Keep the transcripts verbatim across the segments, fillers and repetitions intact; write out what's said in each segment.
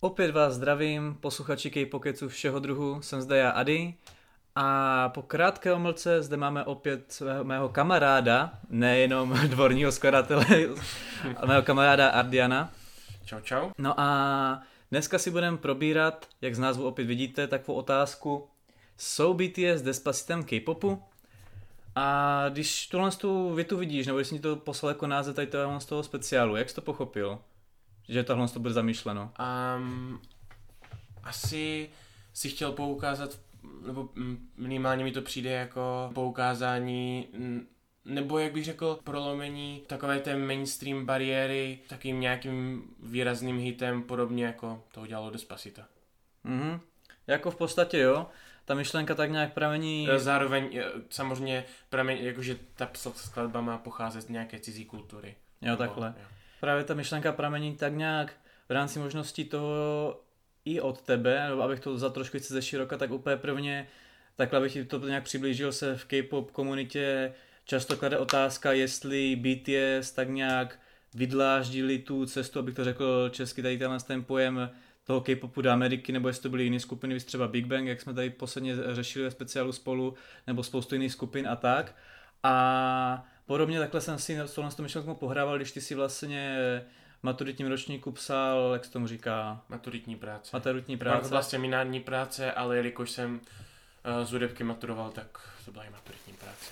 Opět vás zdravím, posluchači K-Pocketsu všeho druhu, jsem zde já Ady a po krátké omlce zde máme opět svého, mého kamaráda, nejenom dvorního skladatele, ale mého kamaráda Ardiana. Čau, čau. No a dneska si budeme probírat, jak z názvu opět vidíte, takovou otázku, jsou B T S despacitem K-popu? A když tuhle tu větu vidíš, nebo když jsi mi to poslal jako název tady tohle z toho speciálu, jak jsi to pochopil? Že tohle to bude zamýšleno? Um, asi si chtěl poukázat, nebo minimálně mi to přijde jako poukázání, nebo jak bych řekl, prolomení takové té mainstream bariéry takým nějakým výrazným hitem, podobně jako to udělalo Despacito. Mhm, jako v podstatě jo, ta myšlenka tak nějak pramení... Zároveň samozřejmě pramení, jakože ta skladba má pocházet z nějaké cizí kultury. Jo, takhle. Jo. Právě ta myšlenka pramení tak nějak v rámci možností toho i od tebe, nebo abych to za trošku více ze široka, tak úplně prvně, takhle abych ti to nějak přiblížil, se v K-pop komunitě často klade otázka, jestli B T S tak nějak vydláždili tu cestu, abych to řekl česky, tady ten pojem toho K-popu do Ameriky, nebo jestli to byly jiné skupiny, víc třeba Big Bang, jak jsme tady posledně řešili ve speciálu spolu, nebo spoustu jiných skupin a tak. A podobně takhle jsem si s tou myšlenkou pohrával, když ty si vlastně v maturitním ročníku psal, jak se tomu říká? Maturitní práce. Maturitní práce. Mám vlastně seminární práce, ale jelikož jsem uh, z hudebky maturoval, tak to byla i maturitní práce.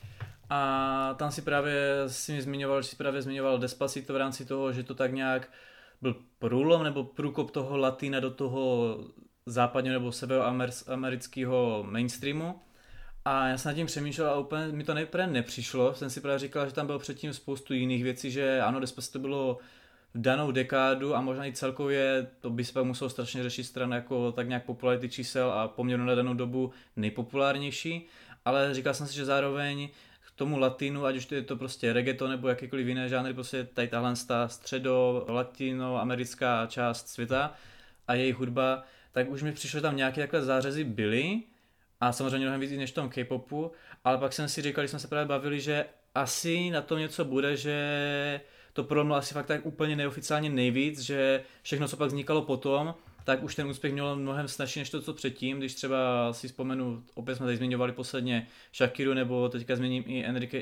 A tam si právě si mi zmiňoval, že si právě zmiňoval Despacito v rámci toho, že to tak nějak byl průlom nebo průkop toho latina do toho západního nebo severoamerického mainstreamu. A já jsem nad tím přemýšlel a úplně mi to nejprve nepřišlo. Jsem si právě říkal, že tam bylo předtím spoustu jiných věcí, že ano, Despacito bylo v danou dekádu a možná i celkově, to by se pak muselo strašně řešit stran jako tak nějak popularity čísel a poměru na danou dobu nejpopulárnější. Ale říkal jsem si, že zároveň k tomu latinu, ať už to je to prostě reggaeton nebo jakýkoliv jiné žánry, prostě tady tahle středo latinoamerická část světa a jejich hudba, tak už mi přišlo, že tam nějaké takhle zářezy byly. A samozřejmě mnohem víc než v tom K-popu, ale pak jsem si říkal, když jsme se právě bavili, že asi na tom něco bude, že to prolomilo asi fakt tak úplně neoficiálně nejvíc, že všechno, co pak vznikalo potom, tak už ten úspěch mělo mnohem snažší než to, co předtím, když třeba si vzpomenu, opět jsme tady zmiňovali posledně Shakiru, nebo teďka změním i Enrique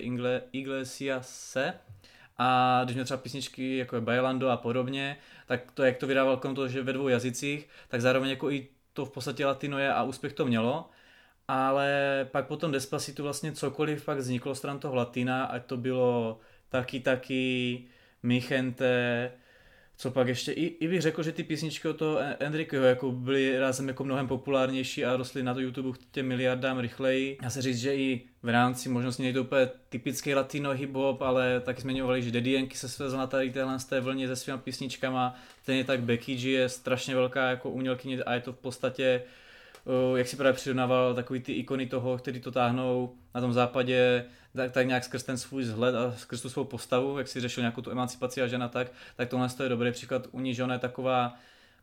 Iglesiase, a když měl třeba písničky jako je Bailando a podobně, tak to, jak to vydával kolem toho, že ve dvou jazycích, tak zároveň jako i to v podstatě latino je a úspěch to mělo. Ale pak potom Despacito vlastně cokoliv pak vzniklo stran toho latina, ať to bylo taky taky Mi Gente, co pak ještě, i, i bych řekl, že ty písničky od toho Enriqueho jako byly rázem jako mnohem populárnější a rostly na to YouTube těm miliardám rychleji. Já se říct, že i v rámci možnosti nejde úplně typický latino hip-hop, ale taky zmiňovali, že Daddy Yankee se svezl na tady téhle z té vlně se svýma písničkama, stejně tak Becky G je strašně velká jako umělkyně a je to v podstatě, jak si právě přirovnával takový ty ikony toho, který to táhnou na tom západě, tak, tak nějak skrz ten svůj vzhled a skrz tu svou postavu, jak si řešil nějakou tu emancipaci a žena tak, tak tohle je dobrý příklad. U ní, že ona je taková,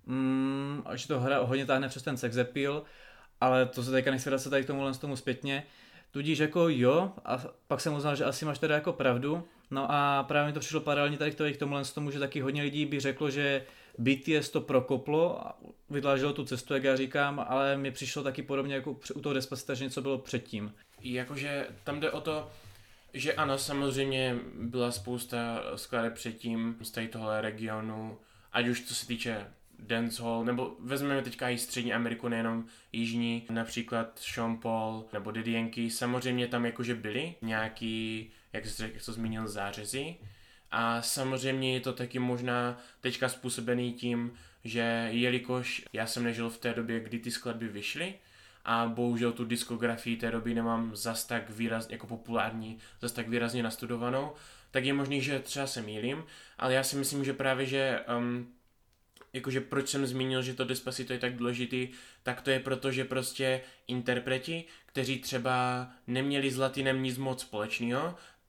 mm, že to hra hodně táhne přes ten sex appeal, ale to se teďka nechci vracet tady k tomu, tomu zpětně. Tudíž jako jo, a pak jsem uznal, že asi máš teda jako pravdu. No a právě mi to přišlo paralelně tady k tomuhle z tomu, že taky hodně lidí by řeklo, že B T S to prokoplo a vydlážilo tu cestu, jak já říkám, ale mi přišlo taky podobně jako u toho Despacita, že něco bylo předtím. Jakože tam jde o to, že ano, samozřejmě byla spousta skladeb předtím z tady tohle regionu, ať už co se týče dancehall, nebo vezmeme teďka i střední Ameriku, nejenom jižní, například Sean Paul nebo Daddy Yankee, samozřejmě tam jakože byly nějaký, jak jsi jak to zmínil, zářezy. A samozřejmě je to taky možná teďka způsobený tím, že jelikož já jsem nežil v té době, kdy ty skladby vyšly a bohužel tu diskografii té doby nemám zas tak výrazně, jako populární, zas tak výrazně nastudovanou, tak je možný, že třeba se mýlím, ale já si myslím, že právě, že um, jakože proč jsem zmínil, že to Despacito je tak důležitý, tak to je proto, že prostě interpreti, kteří třeba neměli s latinem nic moc společného,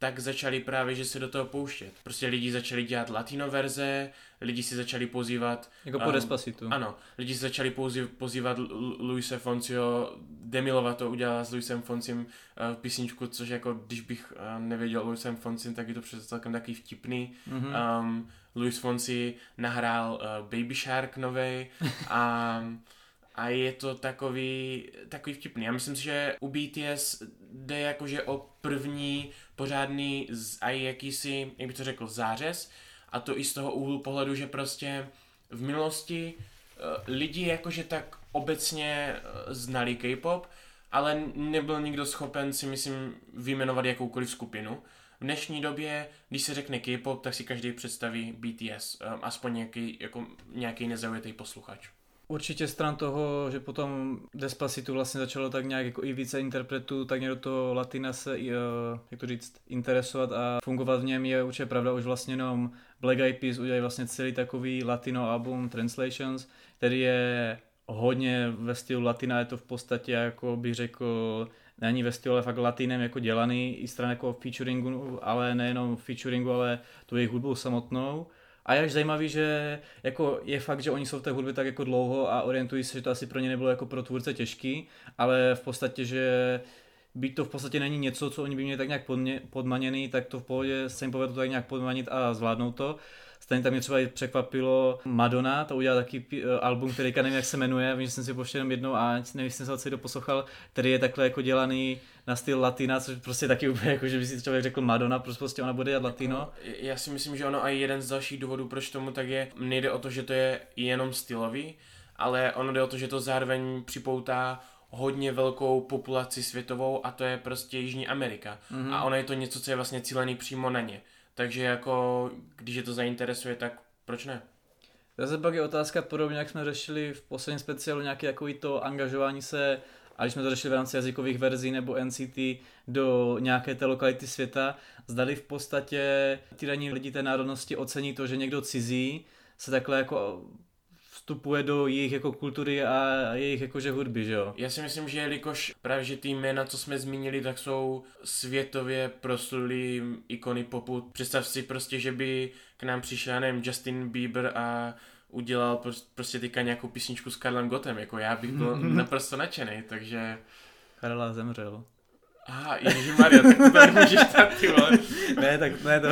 tak začali právě, že se do toho pouštět. Prostě lidi začali dělat latino verze, lidi si začali pozývat... Jako po um, Despacitu. Ano, lidi si začali pozýv, pozývat Luise Fonsiho, Demi Lovato udělala s Luisem Fonsim uh, písničku, což jako, když bych uh, nevěděl o Luisem Fonsim, tak je to přece celkem takový vtipný. Mm-hmm. Um, Luis Fonsi nahrál uh, Baby Shark novej a... A je to takový, takový vtipný. Já myslím si, že u B T S jde jakože o první pořádný a jakýsi, jak bych to řekl, zářez. A to i z toho úhlu pohledu, že prostě v minulosti uh, lidi jakože tak obecně uh, znali K-pop, ale nebyl nikdo schopen si myslím vyjmenovat jakoukoliv skupinu. V dnešní době, když se řekne K-pop, tak si každý představí B T S, um, aspoň nějaký, jako, nějaký nezaujatý posluchač. Určitě stran toho, že potom Despacito vlastně začalo tak nějak jako i více interpretů, tak nějak do toho latina se, jak to říct, interesovat a fungovat v něm je určitě pravda. Už vlastně jenom Black Eyed Peas udělali vlastně celý takový latino album Translations, který je hodně ve stylu latina, je to v podstatě, jako bych řekl, není ve stylu, ale fakt latinem jako dělaný, i stran jako featuringu, ale nejenom featuringu, ale tu jejich hudbou samotnou. A je až zajímavý, že jako je fakt, že oni jsou v té hudbě tak jako dlouho a orientují se, že to asi pro ně nebylo jako pro tvůrce těžký, ale v podstatě, že byť to v podstatě není něco, co oni by měli tak nějak podmaněný, tak to v pohodě se jim povedlo tak nějak podmanit a zvládnout to. Stejně tam mě třeba překvapilo Madonna, to udělala taky album, který nevím, jak se jmenuje, vím, že jsem si pošel jenom jednou a nevím, jestli jsem se celý doposlouchal, který je takhle jako dělaný na styl latina, což prostě taky úplně jako, že by si člověk řekl Madonna, protože prostě ona bude dělat latino. Já si myslím, že ono a jeden z dalších důvodů, proč tomu tak je, nejde o to, že to je jenom stylový, ale ono jde o to, že to zároveň připoutá hodně velkou populaci světovou a to je prostě Jižní Amerika. Mm-hmm. A ono je to něco, co je vlastně cílený přímo na ně. Takže jako, když je to zainteresuje, tak proč ne? Zase pak je otázka podobně, jak jsme řešili v posledním speciálu nějaké takový to angažování se, a když jsme to řešili v rámci jazykových verzí nebo N C T do nějaké té lokality světa, zdali v podstatě ty daní lidi té národnosti ocení to, že někdo cizí se takhle jako vstupuje do jejich jako kultury a jejich jakože hudby, že jo? Já si myslím, že jelikož právě že ty jména, co jsme zmínili, tak jsou světově proslulý ikony popu. Představ si prostě, že by k nám přišel, nevím, Justin Bieber a udělal prostě teďka nějakou písničku s Karlem Gottem, jako já bych byl naprosto nadšenej, takže... Karla zemřel. Aha, ježišmarja, tak to tady můžeš dát, ty vole. Ne, tak ne, to...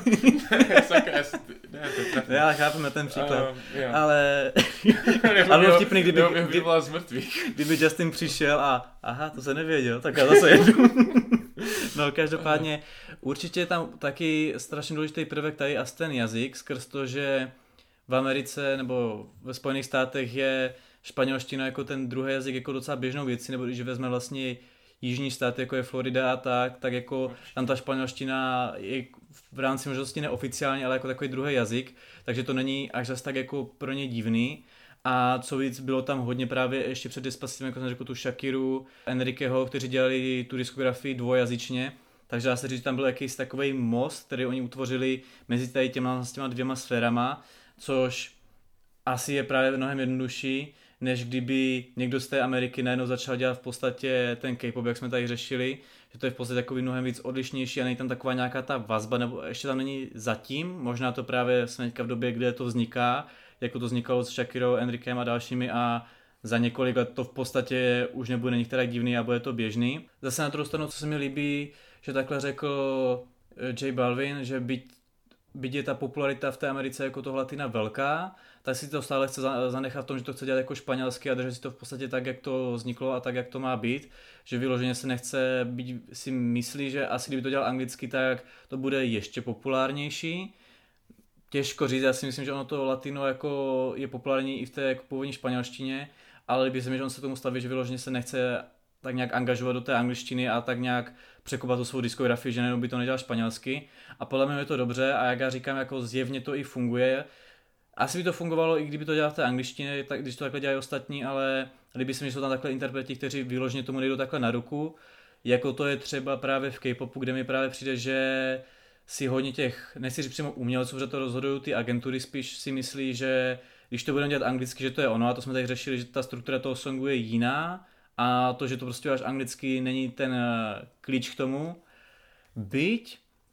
Sakra, ne, to ne, ale chápeme ten příklad, uh, ale... ale bylo vtipný, kdyby... Kdyby byla z mrtvých. Kdyby Justin přišel a aha, to se nevěděl, tak já zase jedu. No, každopádně, určitě je tam taky strašně důležitý prvek tady a ten jazyk, skrz to, že v Americe nebo ve Spojených státech je španělština jako ten druhý jazyk jako docela běžnou věcí, nebo když vezme vlastně jižní státy, jako je Florida a tak, tak jako tam ta španělština je v rámci možnosti neoficiálně, ale jako takový druhý jazyk, takže to není až zase tak jako pro ně divný. A co víc, bylo tam hodně právě ještě před Despacitem, jako jsem řekl, tu Shakiru, Enriqueho, kteří dělali tu diskografii dvojazyčně, takže dá se říct, že tam byl jakýsi takový most, který oni utvořili mezi tady těma, s těma dvěma sférama, což asi je právě mnohem jednodušší, než kdyby někdo z té Ameriky najednou začal dělat v podstatě ten K-pop, jak jsme tady řešili, že to je v podstatě takový mnohem víc odlišnější a není tam taková nějaká ta vazba, nebo ještě tam není zatím, možná to právě jsme teďka v době, kde to vzniká, jako to vznikalo s Shakirou, Enriquem a dalšími a za několik let to v podstatě už nebude některá divný a bude to běžný. Zase na druhou stranu, co se mi líbí, že takhle řekl J Balvin, že byť, byť je ta popularita v té Americe jako toho latina velká, tak si to stále chce zanechat v tom, že to chce dělat jako španělsky a držet si to v podstatě tak, jak to vzniklo a tak, jak to má být. Že vyloženě se nechce, být, si myslí, že asi kdyby to dělal anglicky, tak to bude ještě populárnější. Těžko říct, já si myslím, že ono to latino jako je populární i v té jako původní španělštině, ale líbí se mi, že on se tomu staví, že vyloženě se nechce tak nějak angažovat do té angličtiny a tak nějak překopat tu svou diskografii, že nejenom by to nedělal španělsky. A podle mě je to dobře a jak já říkám, jako zjevně to i funguje. Asi by to fungovalo, i kdyby to dělal v té angličtině, tak když to takhle dělají ostatní, ale líbí se mi, že jsou tam takhle interpreti, kteří vyloženě tomu nejdou takhle na ruku. Jako to je třeba právě v K-popu, kde mi právě přijde, že si hodně těch, nechci říct přímo umělců, že to rozhodují ty agentury, spíš si myslí, že když to budeme dělat anglicky, že to je ono, a to jsme tady řešili, že ta struktura toho songu je jiná a to, že to prostě až anglicky není ten klíč k tomu. Byť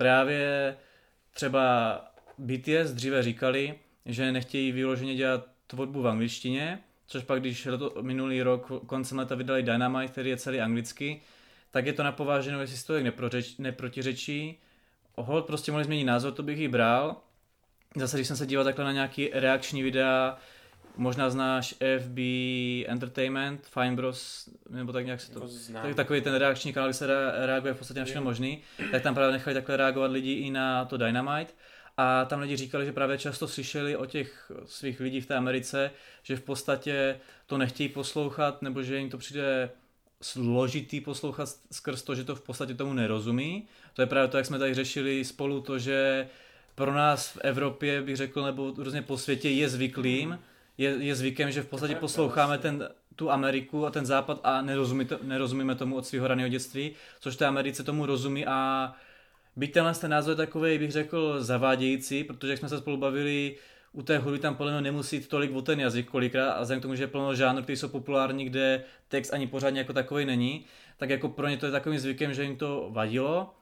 právě třeba B T S dříve říkali, že nechtějí vyloženě dělat tvorbu v angličtině, což pak když to, minulý rok koncem leta vydali Dynamite, který je celý anglicky, tak je to napováženo, jestli si to jak neprořeč, neprotiřečí. Hold, prostě mohli změnit názor, to bych ji bral. Zase, když jsem se díval takhle na nějaký reakční videa, možná znáš F B Entertainment, Fine Bros, nebo tak nějak se to... Tak, takový ten reakční kanál, kde se reaguje v podstatě na všechno možný, tak tam právě nechali takhle reagovat lidi i na to Dynamite. A tam lidi říkali, že právě často slyšeli o těch svých lidí v té Americe, že v podstatě to nechtějí poslouchat, nebo že jim to přijde složitý poslouchat skrz to, že to v podstatě tomu nerozumí. To je právě to, jak jsme tady řešili spolu, to, že pro nás v Evropě, bych řekl, nebo různě po světě je zvyklým, je, je zvykem, že v podstatě posloucháme ten, tu Ameriku a ten západ a nerozumí to, nerozumíme tomu od svého raného dětství, což té Americe tomu rozumí a byť tenhle ten názor je takový, bych řekl, zavádějící, protože jak jsme se spolu bavili, u té hudby tam podle mě nemusí jít tolik o ten jazyk kolikrát a vzhledem k tomu, že je plno žánrů, které jsou populární, kde text ani pořádně jako takový není, tak jako pro ně to je takovým zvykem, že jim to vadilo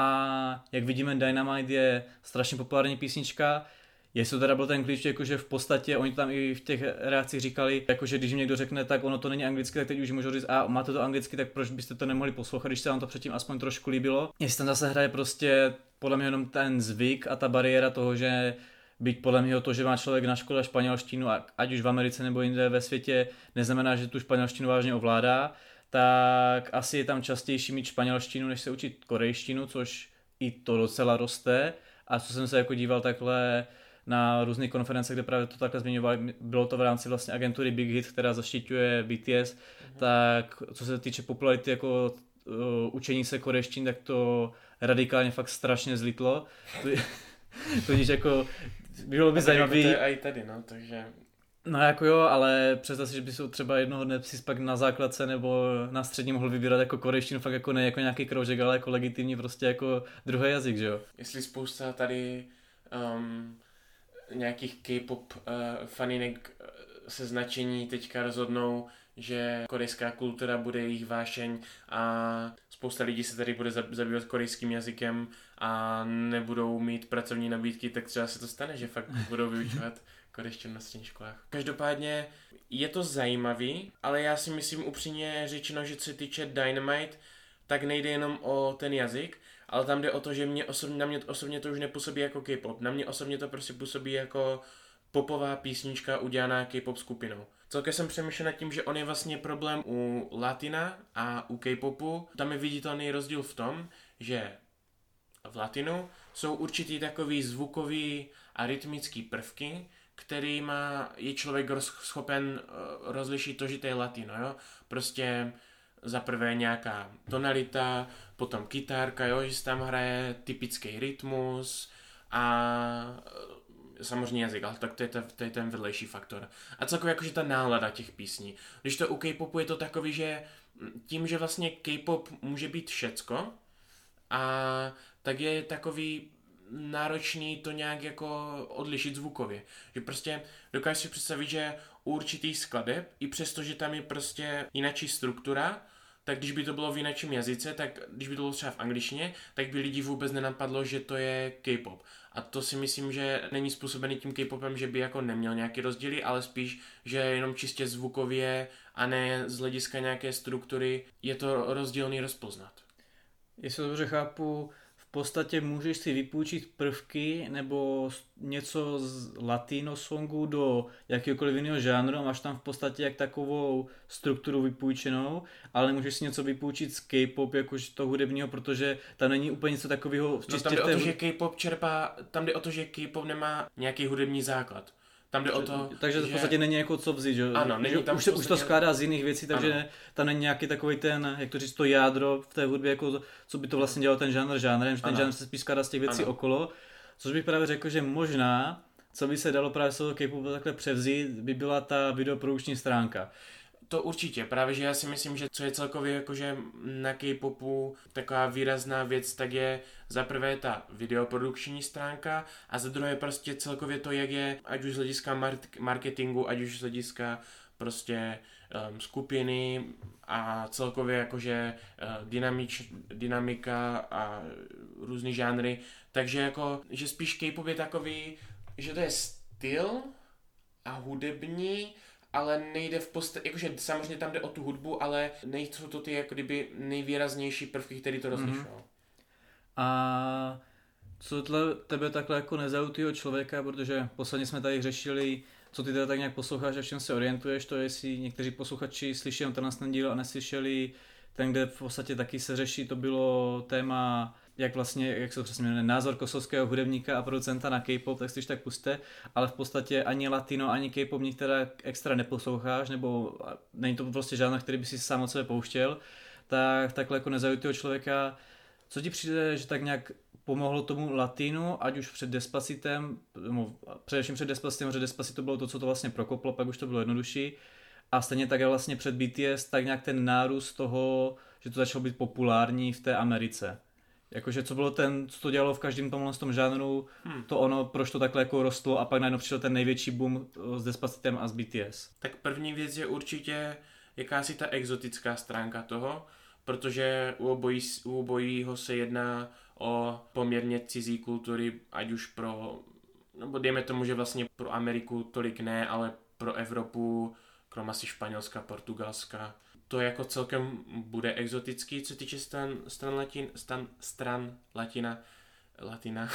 a jak vidíme, Dynamite je strašně populární písnička. Jestli to teda byl ten klíč, jakože v podstatě, oni to tam i v těch reakcích říkali, jakože když jim někdo řekne, tak ono to není anglicky, tak teď už můžu říct, a máte to anglicky, tak proč byste to nemohli poslouchat, když se vám to předtím aspoň trošku líbilo. Jestli tam zase hraje prostě podle mě jenom ten zvyk a ta bariéra toho, že byť podle mě to, že má člověk na škole španělštinu, ať už v Americe nebo jinde ve světě, neznamená, že tu španělštinu vážně ovládá, tak asi je tam častější mít španělštinu, než se učit korejštinu, což i to docela roste. A co jsem se jako díval takhle na různé konference, kde právě to takhle zmiňovali, bylo to v rámci vlastně agentury Big Hit, která zaštiťuje B T S, mm-hmm. tak co se týče popularity jako uh, učení se korejštiny, tak to radikálně fakt strašně zlítlo. Tudíž jako bylo by zajímavý. Jako to je i tady, no, takže... No jako jo, ale představ si, že by se třeba jednoho dne si pak na základce nebo na střední mohl vybírat jako korejštinu, fakt jako ne jako nějaký kroužek, ale jako legitimní prostě jako druhý jazyk, že jo? Jestli spousta tady um, nějakých K-pop uh, faninek se značení teďka rozhodnou, že korejská kultura bude jejich vášeň a spousta lidí se tady bude zabývat korejským jazykem a nebudou mít pracovní nabídky, tak třeba se to stane, že fakt budou vyučovat korejštinu na středních školách. Každopádně je to zajímavý, ale já si myslím upřímně řečeno, že co se týče Dynamite, tak nejde jenom o ten jazyk, ale tam jde o to, že mě osobně, na mě osobně to už nepůsobí jako K-pop. Na mě osobně to prostě působí jako popová písnička udělaná K-pop skupinou. Celkem jsem přemýšlel nad tím, že on je vlastně problém u Latina a u K-popu. Tam je viditelný rozdíl v tom, že v Latinu jsou určitý takový zvukový a rytmický prvky, kterýma je člověk roz, schopen rozlišit to, že to je Latino, jo. Prostě za prvé nějaká tonalita, potom kytárka, jo, že se tam hraje typický rytmus a samozřejmě jazyk, ale tak to je, to je ten vedlejší faktor. A celkově jakože ta nálada těch písní. Když to u K-popu je to takový, že tím, že vlastně K-pop může být všecko, a tak je takový náročný to nějak jako odlišit zvukově. Že prostě dokážeš si představit, že u určitý skladeb, i přesto, že tam je prostě jinačí struktura, tak když by to bylo v jinačím jazyce, tak když by to bylo třeba v angličtině, tak by lidi vůbec nenapadlo, že to je K-pop. A to si myslím, že není způsobený tím K-popem, že by jako neměl nějaký rozdíly, ale spíš, že jenom čistě zvukově a ne z hlediska nějaké struktury je to rozdílný rozpoznat. Jestli to dobře chápu, v podstatě můžeš si vypůjčit prvky nebo něco z latino songu do jakéhokoliv jiného žánru a máš tam v podstatě jak takovou strukturu vypůjčenou, ale nemůžeš si něco vypůjčit z K-pop jakož to hudebního, protože tam není úplně něco takového. No tam jde o to, že K-pop čerpá, tam jde o to, že K-pop nemá nějaký hudební základ. Tam jde o to, takže to v podstatě není jako co vzít, že? Ano, není tam už, podstatě... už to skládá z jiných věcí, takže ano. Tam není nějaký takový ten, jak to říct, to jádro v té hudbě, jako co by to vlastně dělalo ten žánr žánrem, že ten ano. žánr se spíš skládá z těch věcí ano. okolo, což bych právě řekl, že možná, co by se dalo právě z toho K-popu takhle převzít, by byla ta videoprodukční stránka. To určitě, právě že já si myslím, že co je celkově jakože na K-popu taková výrazná věc, tak je za prvé ta videoprodukční stránka a za druhé prostě celkově to, jak je, ať už z hlediska marketingu, ať už z hlediska prostě um, skupiny a celkově jakože uh, dynamič, dynamika a různý žánry, takže jako, že spíš K-pop je takový, že to je styl a hudební, ale nejde v podstatě, jakože samozřejmě tam jde o tu hudbu, ale nejsou to ty jako kdyby nejvýraznější prvky, které to rozlišují. Mm-hmm. A co tle, tebe takhle jako nezaujatého člověka, protože posledně jsme tady řešili, co ty teda tak nějak posloucháš a v čem se orientuješ, to jestli někteří posluchači slyšeli tenhle ten díl a neslyšeli ten, kde v podstatě taky se řeší, to bylo téma, jak vlastně, jak se to přesně jmenuje, názor kosovského hudebníka a producenta na K-pop, tak si tak puste, ale v podstatě ani latino, ani K-pop některá extra neposloucháš, nebo není to prostě žádný, který by si sám od sebe pouštěl, tak takhle jako nezaujatého člověka, co ti přijde, že tak nějak pomohlo tomu latinu, ať už před Despacitem, no, především před Despacitem, že Despacito bylo to, co to vlastně prokoplo, pak už to bylo jednodušší. A stejně tak vlastně před B T S, tak nějak ten nárůst toho, že to začalo být populární v té Americe. Jakože co bylo ten, co to dělalo v každém tomhle tom žánru, hmm. to ono, proč to takhle jako rostlo a pak najednou přišel ten největší boom s Despacitem a s B T S. Tak první věc je určitě jakási ta exotická stránka toho, protože u, obojí, u obojího se jedná o poměrně cizí kultury, ať už pro, nebo dejme tomu, že vlastně pro Ameriku tolik ne, ale pro Evropu, krom asi Španělska, Portugalska, to jako celkem bude exotický, co týče stran, stran, latin, stran, stran latina, latina.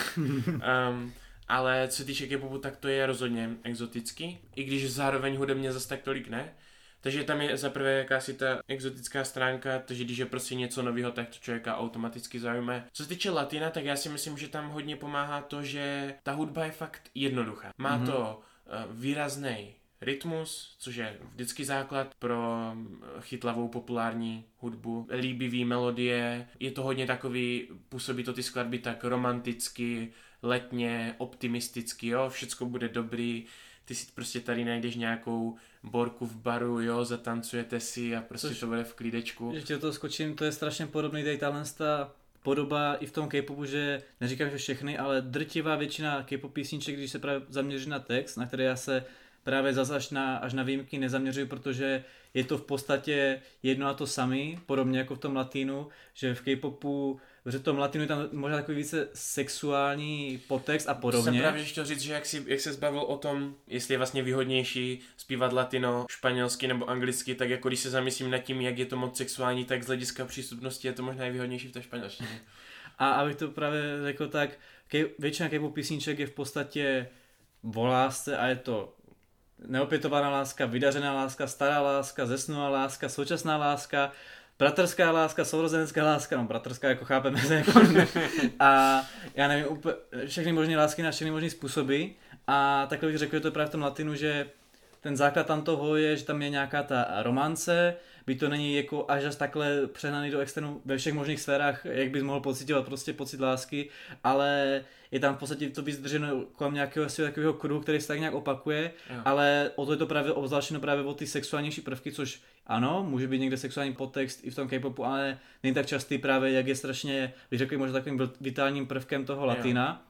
um, ale co týče K-popu, tak to je rozhodně exotický, i když zároveň hudebně zase tak tolik ne. Takže tam je zaprvé jakási ta exotická stránka, takže když je prostě něco nového, tak to člověka automaticky zaujme. Co se týče latina, tak já si myslím, že tam hodně pomáhá to, že ta hudba je fakt jednoduchá. Má mm-hmm. to uh, výrazný rytmus, což je vždycky základ pro chytlavou populární hudbu. Líbivý melodie, je to hodně takový, působí to ty skladby tak romanticky, letně, optimisticky, jo, všecko bude dobrý. Ty si prostě tady najdeš nějakou borku v baru, jo, zatancujete si a prostě což, to bude v klídečku. Že to skočím, to je strašně podobný tady tahle podoba i v tom K-popu, že neříkám, že všechny, ale drtivá většina K-pop písniček, když se právě zaměří na text, na který já se právě zase až na, až na výjimky nezaměřuju, protože je to v podstatě jedno a to samé, podobně jako v tom latinu, že v K-popu, že v tom latinu je tam možná takový více sexuální podtext a podobně. Jsem právě chtěl říct, že jak, si, jak se zbavil o tom, jestli je vlastně výhodnější zpívat latino, španělsky nebo anglicky, tak jako když se zamyslím nad tím, jak je to moc sexuální, tak z hlediska přístupnosti je to možná výhodnější v té španělštině. A abych to právě řekl tak, většina K-pop písniček je v podstatě o lásce a je to neopětovaná láska, vydařená láska, stará láska, zesnulá láska, současná láska, bratrská láska, sourozenecká láska, no bratrská jako chápeme se jako a já nevím, úplně všechny možné lásky na všechny možné způsoby a takhle bych řekl, že to je právě v tom latinu, že ten základ tam toho je, že tam je nějaká ta romance, by to není jako až až takhle přehnaný do externu ve všech možných sférách, jak bys mohl pocitovat prostě pocit lásky, ale je tam v podstatě to víc drženo kolem nějakého takového kruhu, který se tak nějak opakuje, jo. Ale o to je to právě obzvláštno právě o ty sexuálnější prvky, což ano, může být někde sexuální podtext i v tom K-popu, ale není tak častý právě, jak je strašně, bych řekl, možná takovým vitálním prvkem toho latina.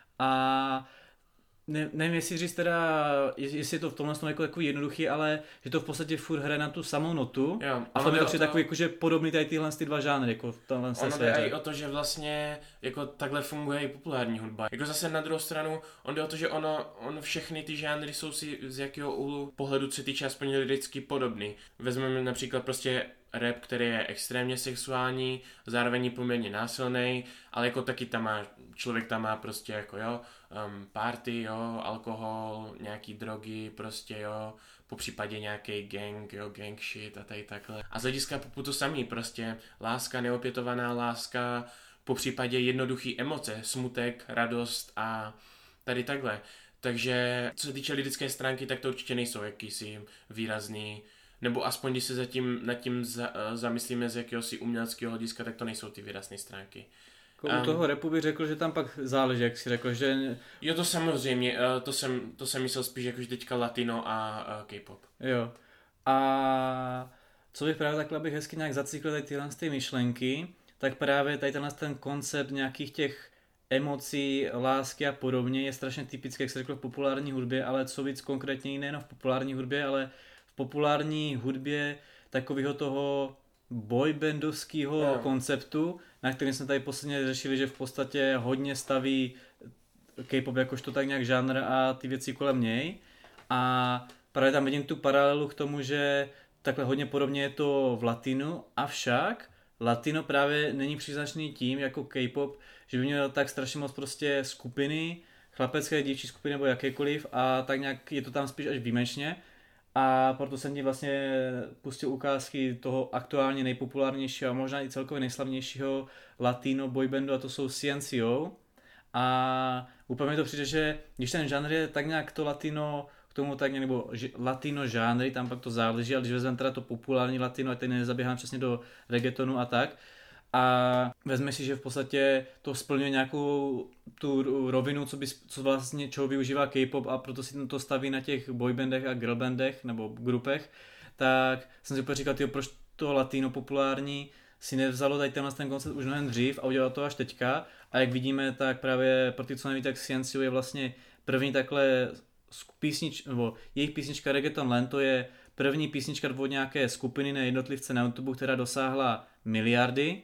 A Ne, nevím, jestli říct teda, jestli je to v tomhle jako takový jednoduchý, ale že to v podstatě furt hraje na tu samou notu jo, a to mi to přijde takový jakože podobný tady tyhle ty dva žánry, jako v tomhle se sféře. Ono jde i o to, že vlastně jako takhle funguje i populární hudba. Jako zase na druhou stranu, on jde o to, že ono, on všechny ty žánry jsou si z jakého úhlu pohledu, co týče aspoň lidsky podobný. Vezmeme například prostě rap, který je extrémně sexuální, zároveň poměrně násilný, ale jako taky tam má, člověk tam má prostě jako jo, um, party, jo, alkohol, nějaký drogy, prostě jo, po případě nějaký gang, jo, gang shit a tady takhle. A z hlediska popu to samý, prostě láska, neopětovaná láska, po případě jednoduchý emoce, smutek, radost a tady takhle. Takže co se týče lidské stránky, tak to určitě nejsou jakýsi výrazný, nebo aspoň když se zatím, nad tím za, zamyslíme z jakéhosi uměleckého hlediska, tak to nejsou ty výrazné stránky. Jako um, u toho rapu bych řekl, že tam pak záleží, jak jsi řekl, že... Jo, to samozřejmě, to jsem, to jsem myslel spíš jakože teďka latino a K-pop. Jo. A co bych právě takhle bych hezky nějak zacyklil tady tyhle ty myšlenky, tak právě tady tenhle ten koncept nějakých těch emocí, lásky a podobně je strašně typický, jak se řekl, v populární hudbě, ale co víc konkrétně nejen v populární hudbě, ale v v populární hudbě takového toho boybandovského yeah. konceptu, na kterém jsme tady posledně řešili, že v podstatě hodně staví K-pop jakožto tak nějak žánr a ty věci kolem něj. A právě tam vidím tu paralelu k tomu, že takhle hodně podobně je to v latinu, avšak latino právě není příznačný tím jako K-pop, že by měl tak strašně moc prostě skupiny, chlapecké, dívčí skupiny nebo jakékoliv a tak nějak je to tam spíš až výjimečně. A proto jsem ti vlastně pustil ukázky toho aktuálně nejpopulárnějšího a možná i celkově nejslavnějšího latino boybandu a to jsou C N C O. A úplně mi to přijde, že když ten žánr je tak nějak to latino k tomu tak nějak, nebo ž, latino žánry, tam pak to záleží, ale když vezmeme teda to populární latino, ať teď nezaběhám přesně do reggaetonu a tak, a vezme si, že v podstatě to splňuje nějakou tu rovinu, co, by, co vlastně čeho využívá K-pop a proto si to staví na těch boybandech a girlbandech nebo grupech, tak jsem si úplně říkal, tyjo, proč to latino populární si nevzalo tady tenhle ten koncept už mnohem dřív a udělalo to až teďka. A jak vidíme, tak právě pro ty, co neví, tak C N C O je vlastně první takhle písnič, nebo jejich písnička Reggaeton Land, to je první písnička od nějaké skupiny na jednotlivce na YouTube, která dosáhla miliardy.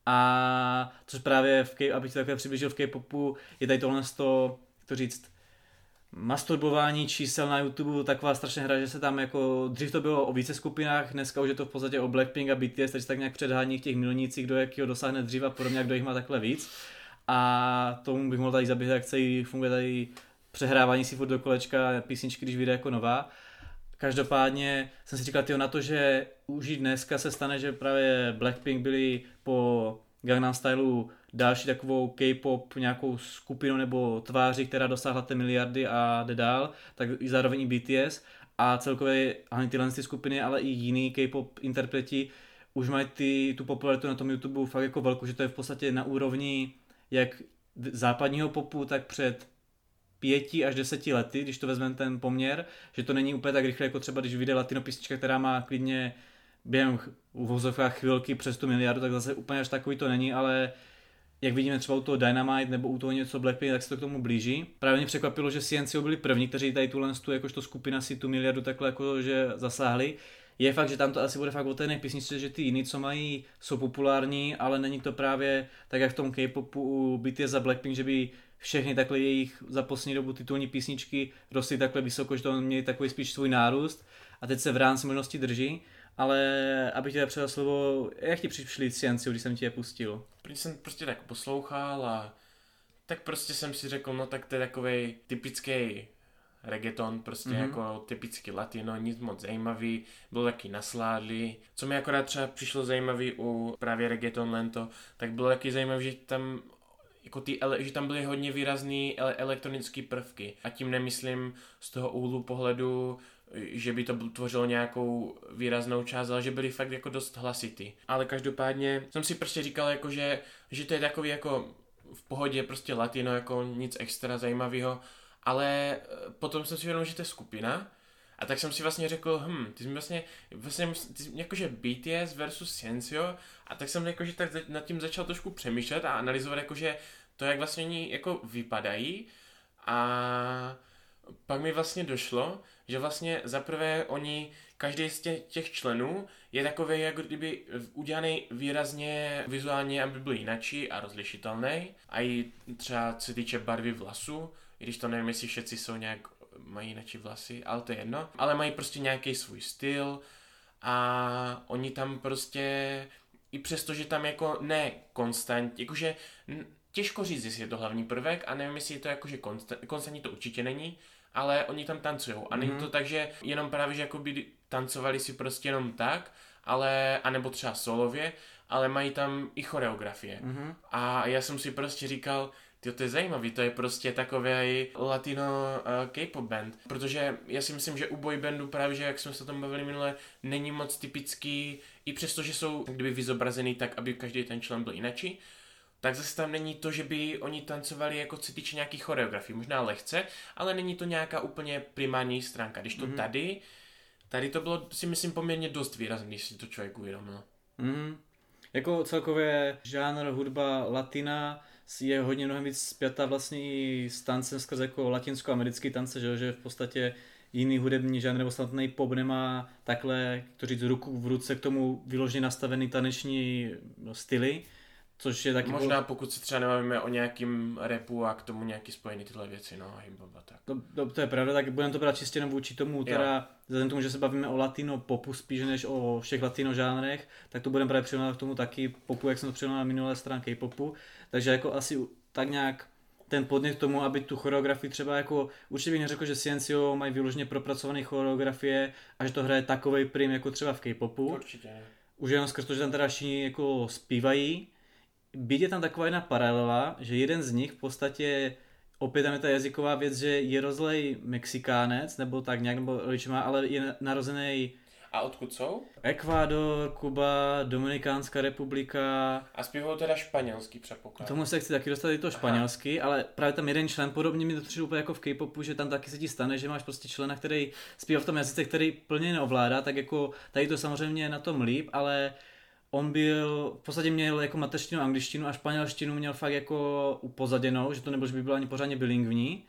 A což právě, v K, abych to takhle přiblížil, v K-popu je tady tohle to, to říct, masturbování čísel na YouTube, taková strašně hra, že se tam jako, dřív to bylo o více skupinách, dneska už je to v podstatě o Blackpink a B T S, takže tak nějak předhání v těch milnících, kdo jakýho dosáhne dřív a podobně, kdo jich má takhle víc. A tomu bych mohl tady zabít, jak celý funguje tady přehrávání si furt do kolečka písničky, když vyjde jako nová. Každopádně jsem si říkal, tyjo, na to, že už dneska se stane, že právě Blackpink byli po Gangnam Styleu další takovou K-pop nějakou skupinu nebo tváří, která dosáhla té miliardy a jde dál, tak i zároveň i B T S a celkově hlavně tyhle ty skupiny, ale i jiný K-pop interpreti už mají ty, tu popularitu na tom YouTube fakt jako velkou, že to je v podstatě na úrovni jak západního popu, tak před pěti až deseti lety, když to vezmeme ten poměr, že to není úplně tak rychle, jako třeba když vyjde latino písnička, která má klidně během uvozovkách chvilky přes tu miliardu, tak zase úplně až takový to není, ale jak vidíme třeba u toho Dynamite nebo u toho něco Blackpink, tak se to k tomu blíží. Právě mě překvapilo, že C N C O byli první, kteří tady tuhle tu jakožto skupina si tu miliardu takhle jako, že zasáhli. Je fakt, že tam to asi bude fakt o té písničce, že ty jiný, co mají, jsou populární, ale není to právě tak, jak v tom K-popu u B T S a Blackpink, že by všechny takhle jejich za poslední dobu titulní písničky rostly takhle vysoko, že to měli takový spíš svůj nárůst a teď se v rámci možnosti drží. Ale abych ti předal slovo, jak ti přišli C N C O, když jsem ti je pustil? Když jsem prostě tak poslouchal a tak prostě jsem si řekl, no tak to je takovej typický reggaeton, prostě mm-hmm. jako typický latino, nic moc zajímavý, byl taky nasládlý. Co mi akorát třeba přišlo zajímavý u právě Reggaeton Lento, tak bylo taky zajímavé, že tam jako ty, že tam byly hodně výrazný elektronické prvky. A tím nemyslím z toho úhlu pohledu, že by to tvořilo nějakou výraznou část, ale že byly fakt jako dost hlasitý. Ale každopádně jsem si prostě říkal, jako, že, že to je takový jako v pohodě prostě latino, jako nic extra zajímavého. Ale potom jsem si vědomil, že to je skupina. A tak jsem si vlastně řekl, hm, ty jsi vlastně, vlastně ty, jakože B T S versus C N C O. A tak jsem jakože tak nad tím začal trošku přemýšlet a analyzovat jakože to, jak vlastně oni jako vypadají. A pak mi vlastně došlo, že vlastně zaprvé oni, každý z těch, těch členů je takový, jako kdyby udělaný výrazně vizuálně, aby byl jinačí a rozlišitelný. A i třeba co se týče barvy vlasu, i když to nevím, jestli všetci jsou nějak, mají jinačí vlasy, ale to je jedno. Ale mají prostě nějaký svůj styl a oni tam prostě, i přesto, že tam jako ne konstant, jakože těžko říct, jestli je to hlavní prvek a nevím, jestli je to jakože konstant, konstantní to určitě není, ale oni tam tancujou a není to tak, že jenom právě, že jakoby tancovali si prostě jenom tak, ale, anebo třeba solově, ale mají tam i choreografie. Mm-hmm. A já jsem si prostě říkal, tyjo, to je zajímavý, to je prostě takový latino uh, K-pop band, protože já si myslím, že u boybandu právě, že jak jsme se o tom bavili minule, není moc typický, i přesto, že jsou kdyby vyzobrazený tak, aby každý ten člen byl jinačí, tak zase tam není to, že by oni tancovali jako co týče nějaký choreografii, možná lehce, ale není to nějaká úplně primární stránka. Když to mm-hmm. tady, tady to bylo si myslím poměrně dost výrazný, když si to člověk uvědomil. Mm-hmm. Jako celkově žánr hudba latina je hodně mnohem víc spjatá vlastně i s tancem skrze jako latinsko-americký tance, že, že v podstatě jiný hudební žánr nebo samotný pop nemá takhle, to říct, ruku v ruce k tomu vyloženě nastavený taneční styly, což je taky... Možná pokud se třeba nebavíme o nějakým rapu a k tomu nějaký spojený tyhle věci, no a hip-hop a tak. To, to, to je pravda, tak budeme to brát čistě jenom vůči tomu, teda vzhledem tomu, že se bavíme o latino popu spíš než o všech latino žánrech, tak to budeme právě přirovnat k tomu taky popu, jak jsem to přirovnal na minulé stránky popu, takže jako asi tak nějak ten podnět k tomu, aby tu choreografii třeba jako, určitě bych neřekl, že Ciencio mají vyloženě propracované choreografie a že to hraje takovej prim jako třeba v K-popu. Určitě ne. Už jenom skrz to, že tam teda všichni jako zpívají. Byť je tam taková jedna paralela, že jeden z nich v podstatě, opět tam je ta jazyková věc, že je rozlej Mexikánec, nebo tak nějak, nebo má, ale je narozený... A odkud jsou? Ekvádor, Kuba, Dominikánská republika. A zpívají teda španělský, předpoklad. Tomu se chci taky dostat i to španělsky, ale právě tam jeden člen, podobně mi to přijde úplně jako v K-popu, že tam taky se ti stane, že máš prostě člena, který zpívá v tom jazyce, který plně neovládá, tak jako tady to samozřejmě je na tom líp, ale on byl, v podstatě měl jako mateřštinu, angličtinu a španělštinu měl fakt jako upozaděnou, že to nebylo, že by byl ani pořádně bilingvní,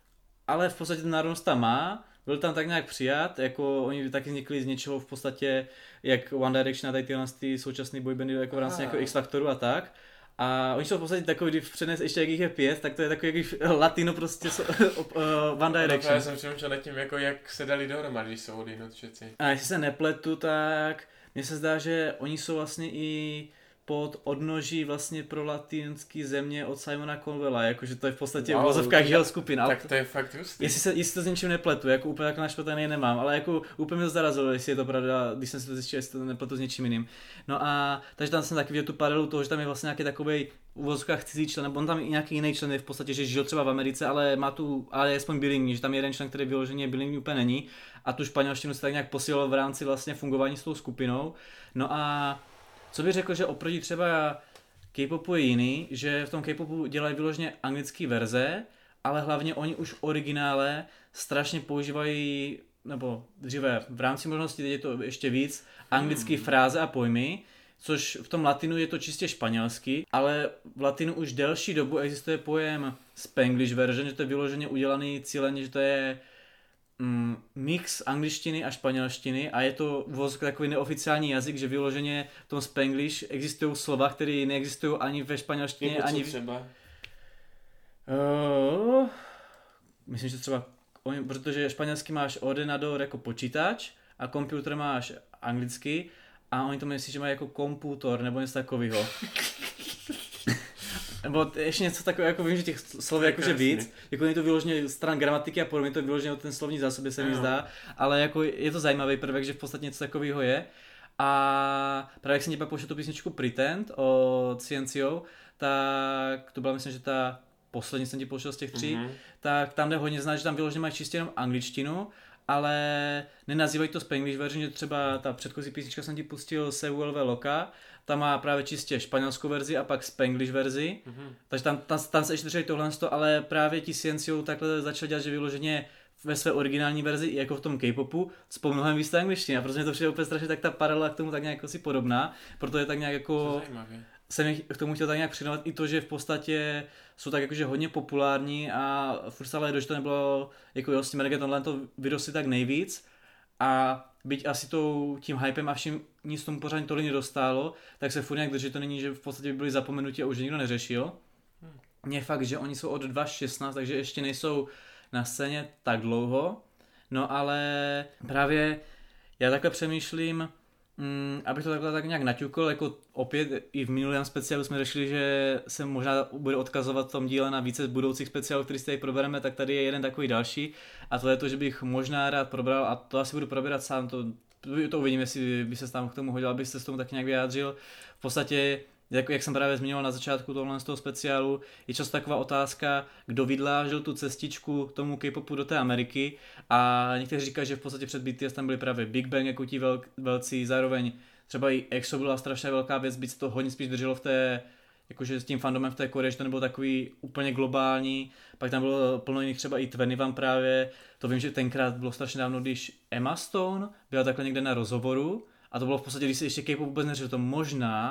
ale v podstatě ten národnost tam má. Byl tam tak nějak přijat, jako oni taky vznikli z něčeho v podstatě, jak One Direction a tady tyhle ty současný boybandy jako v rámci jako X-Factoru a tak. A oni jsou v podstatě takový, když přenes ještě jak jich je pět, tak to je takový jak latino prostě uh, One Direction. Já jsem přemýšlel nad tím, jako jak se dali dohromady, když jsou odinut všetci. A jestli se nepletu, tak mně se zdá, že oni jsou vlastně i pod odnoží vlastně pro latinský země od Simona Cowella, jakože to je v podstatě wow, v vozovkách jeho skupina. Tak to je fakt hustý. Jestli, se, jestli to s něčím nepletu, jako úplně jako našpataný nemám, ale jako úplně mě to zarazilo, jestli je to pravda, když jsem si to zjistil, jestli to nepletu s něčím jiným. No a takže tam jsem taky viděl tu paralelu toho, že tam je vlastně nějaký takovej v vozovkách cizí člen, nebo on tam i nějaký jiný člen je v podstatě, že žil třeba v Americe, ale má tu, ale je aspoň bilingvní, že tam je jeden člen, který vyloženě bilingvní úplně není a tu španělštinu se tak nějak posílil v rámci vlastně fungování s tou skupinou. No a co bych řekl, že oproti třeba K-popu je jiný, že v tom K-popu dělají vyloženě anglické verze, ale hlavně oni už v originále strašně používají, nebo dříve v rámci možností, teď je to ještě víc, anglické hmm. fráze a pojmy, což v tom latinu je to čistě španělsky, ale v latinu už delší dobu existuje pojem Spanglish version, že to je vyloženě udělaný cíleně, že to je mm, mix angličtiny a španělštiny a je to vůz takový neoficiální jazyk, že vyloženě v tom Spanglish existují slova, které neexistují ani ve španělštině, jako ani v... třeba? Uh, myslím, že třeba, protože španělsky máš ordenador jako počítač a počítač máš anglicky a oni to myslí, že mají jako komputor nebo něco takového. Nebo ještě něco takového, jako vím, že těch slov je jakože víc, jako je to vyloženě stran gramatiky a podobně, to je vyloženě o ten slovní zásobě se mi zdá, ale jako je to zajímavý prvek, že v podstatě něco takového je. A právě jak jsem ti pak pošel tu písničku Pretend od Ciencio, tak to byla myslím, že ta poslední jsem ti pošel z těch tří, mm-hmm. tak tam jde hodně znát, že tam vyloženě mají čistě jenom angličtinu, ale nenazývají to Spanglish version, že třeba ta předchozí písnička jsem ti pustil Se vuelve loca, tam má právě čistě španělskou verzi a pak Spanglish verzi, mm-hmm. takže tam, tam, tam se ještě drží tohle, ale právě ti Ciencio takhle začal dělat, že vyloženě ve své originální verzi, jako v tom K-popu, spolu mnohem víc angličtina, protože mě to přijde úplně strašně tak ta paralela k tomu tak nějak si podobná, proto je tak nějak jako... jsem k tomu chtěl tak nějak přidávat i to, že v podstatě jsou tak jakože hodně populární a furt stále je, že to nebylo jako jo, s tím reggaetonem to vyrostly tak nejvíc a byť asi tou, tím hypem a vším nic tomu pořádně tolik nedostálo, tak se furt nějak drží, to není, že v podstatě by byli zapomenuti a už nikdo neřešil. Mně fakt, že oni jsou od dva tisíce šestnáct, takže ještě nejsou na scéně tak dlouho, no ale právě já takhle přemýšlím, Mm, abych to takhle tak nějak naťukl, jako opět i v minulém speciálu jsme řešili, že se možná bude odkazovat v tom díle na více budoucích speciálů, který si tady probereme, tak tady je jeden takový další a to je to, že bych možná rád probral a to asi budu probírat sám, to, to uvidím, jestli by se tam k tomu hodil, abych se s tomu tak nějak vyjádřil. V podstatě, jak, jak jsem právě zmiňoval na začátku tohle z toho speciálu, je často taková otázka, kdo vydlážil tu cestičku tomu K-popu do té Ameriky a někteří říkají, že v podstatě před B T S tam byli právě Big Bang jako ti vel, velcí, zároveň třeba i EXO byla strašně velká věc, byť se to hodně spíš drželo v té, jakože s tím fandomem v té Koreji, že to nebylo takový úplně globální, pak tam bylo plno jiných třeba i Twenty One právě, to vím, že tenkrát bylo strašně dávno, když Emma Stone byla takhle někde na rozhovoru a to bylo v podstatě, když se ještě K-pop vůbec neřešil, to možná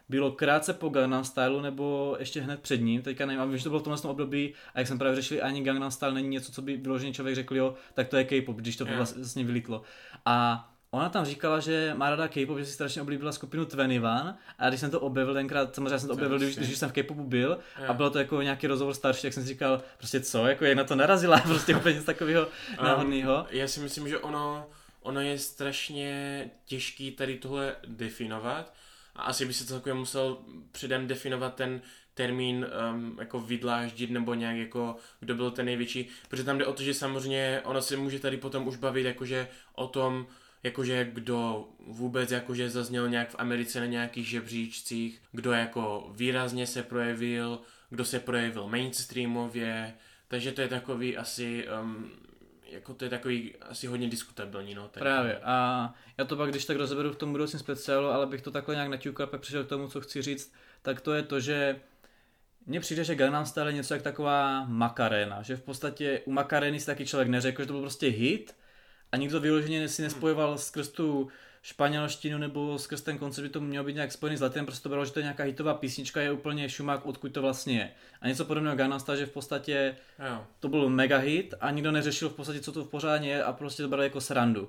bylo krátce po Gangnam Stylu nebo ještě hned před ním, teďka nevím, a vím, že to bylo v tomhle období a jak jsem právě řešili, ani Gangnam Style není něco, co by vyložený člověk řekl, jo, tak to je K-pop, když to yeah. vlastně vylítlo. A ona tam říkala, že má ráda K-pop, že si strašně oblíbila skupinu dvacet jedna a když jsem to objevil tenkrát, samozřejmě jsem to objevil, když, když jsem v K-popu byl yeah. a bylo to jako nějaký rozhovor starší, jak jsem si říkal, prostě co, jako jak na to narazila, prostě úplně něco takového um, náhodného. Já si myslím, že ono, ono je strašně těžký tady tohle definovat a asi by se celkově musel předem definovat ten termín um, jako vydláždit nebo nějak jako kdo byl ten největší, protože tam jde o to, že samozřejmě ono se může tady potom už bavit jakože o tom, jakože kdo vůbec jakože zazněl nějak v Americe na nějakých žebříčcích, kdo jako výrazně se projevil, kdo se projevil mainstreamově, takže to je takový asi, um, jako to je takový asi hodně diskutabilní. No, právě a já to pak když tak rozeberu v tom budoucím speciálu, ale bych to takhle nějak naťukal, pak přišel k tomu, co chci říct, tak to je to, že mně přijde, že Gangnam Style je něco jak taková Macarena, že v podstatě u Macareny si taky člověk neřekl, že to byl prostě hit, a nikdo vyloženě si nespojoval skrz tu španělštinu nebo skrz ten koncept, by to mělo být nějak spojený s Latinem, prostě to bylo, že to je nějaká hitová písnička, je úplně šumák, odkud to vlastně je. A něco podobného Gangnam Style, že v podstatě jo. to byl mega hit a nikdo neřešil v podstatě, co to v pořádně je a prostě to brali jako srandu.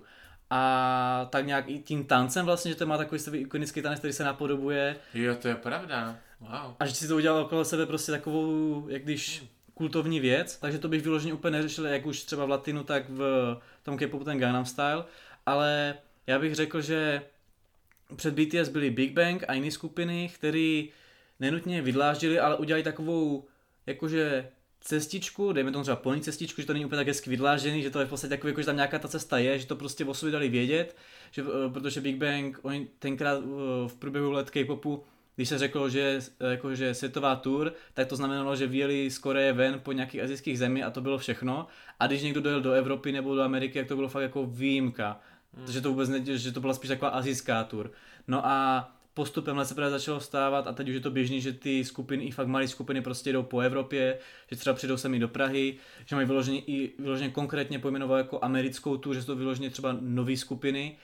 A tak nějak i tím tancem vlastně, že to má takový svůj ikonický tanec, který se napodobuje. Jo, to je pravda. Wow. A že si to udělal okolo sebe prostě takovou, jak když... Hmm. kultovní věc, takže to bych vyloženě úplně neřešil, jak už třeba v Latinu, tak v tom K-popu ten Gangnam Style, ale já bych řekl, že před B T S byly Big Bang a jiné skupiny, které nenutně vydláždili, ale udělali takovou jakože cestičku, dejme tomu třeba polní cestičku, že to není úplně tak hezky vydlážděný, že to je v podstatě takový, jako, že tam nějaká ta cesta je, že to prostě o sobě dali vědět, že, protože Big Bang, oni tenkrát v průběhu let K-popu, když se řeklo, že jako, že světová tour, tak to znamenalo, že vyjeli z Koreje ven po nějakých asijských zemí a to bylo všechno. A když někdo dojel do Evropy nebo do Ameriky, tak to bylo fakt jako výjimka. Hmm. Takže to vůbec ne, že to byla spíš taková asijská tour. No a postupem let se právě začalo stávat a teď už je to běžný, že ty skupiny, i fakt malé skupiny prostě jdou po Evropě, že třeba přijdou sem i do Prahy, že mají vyloženě i vyloženě konkrétně pojmenovat jako americkou tour, že jsou to vyloženě třeba nové skupiny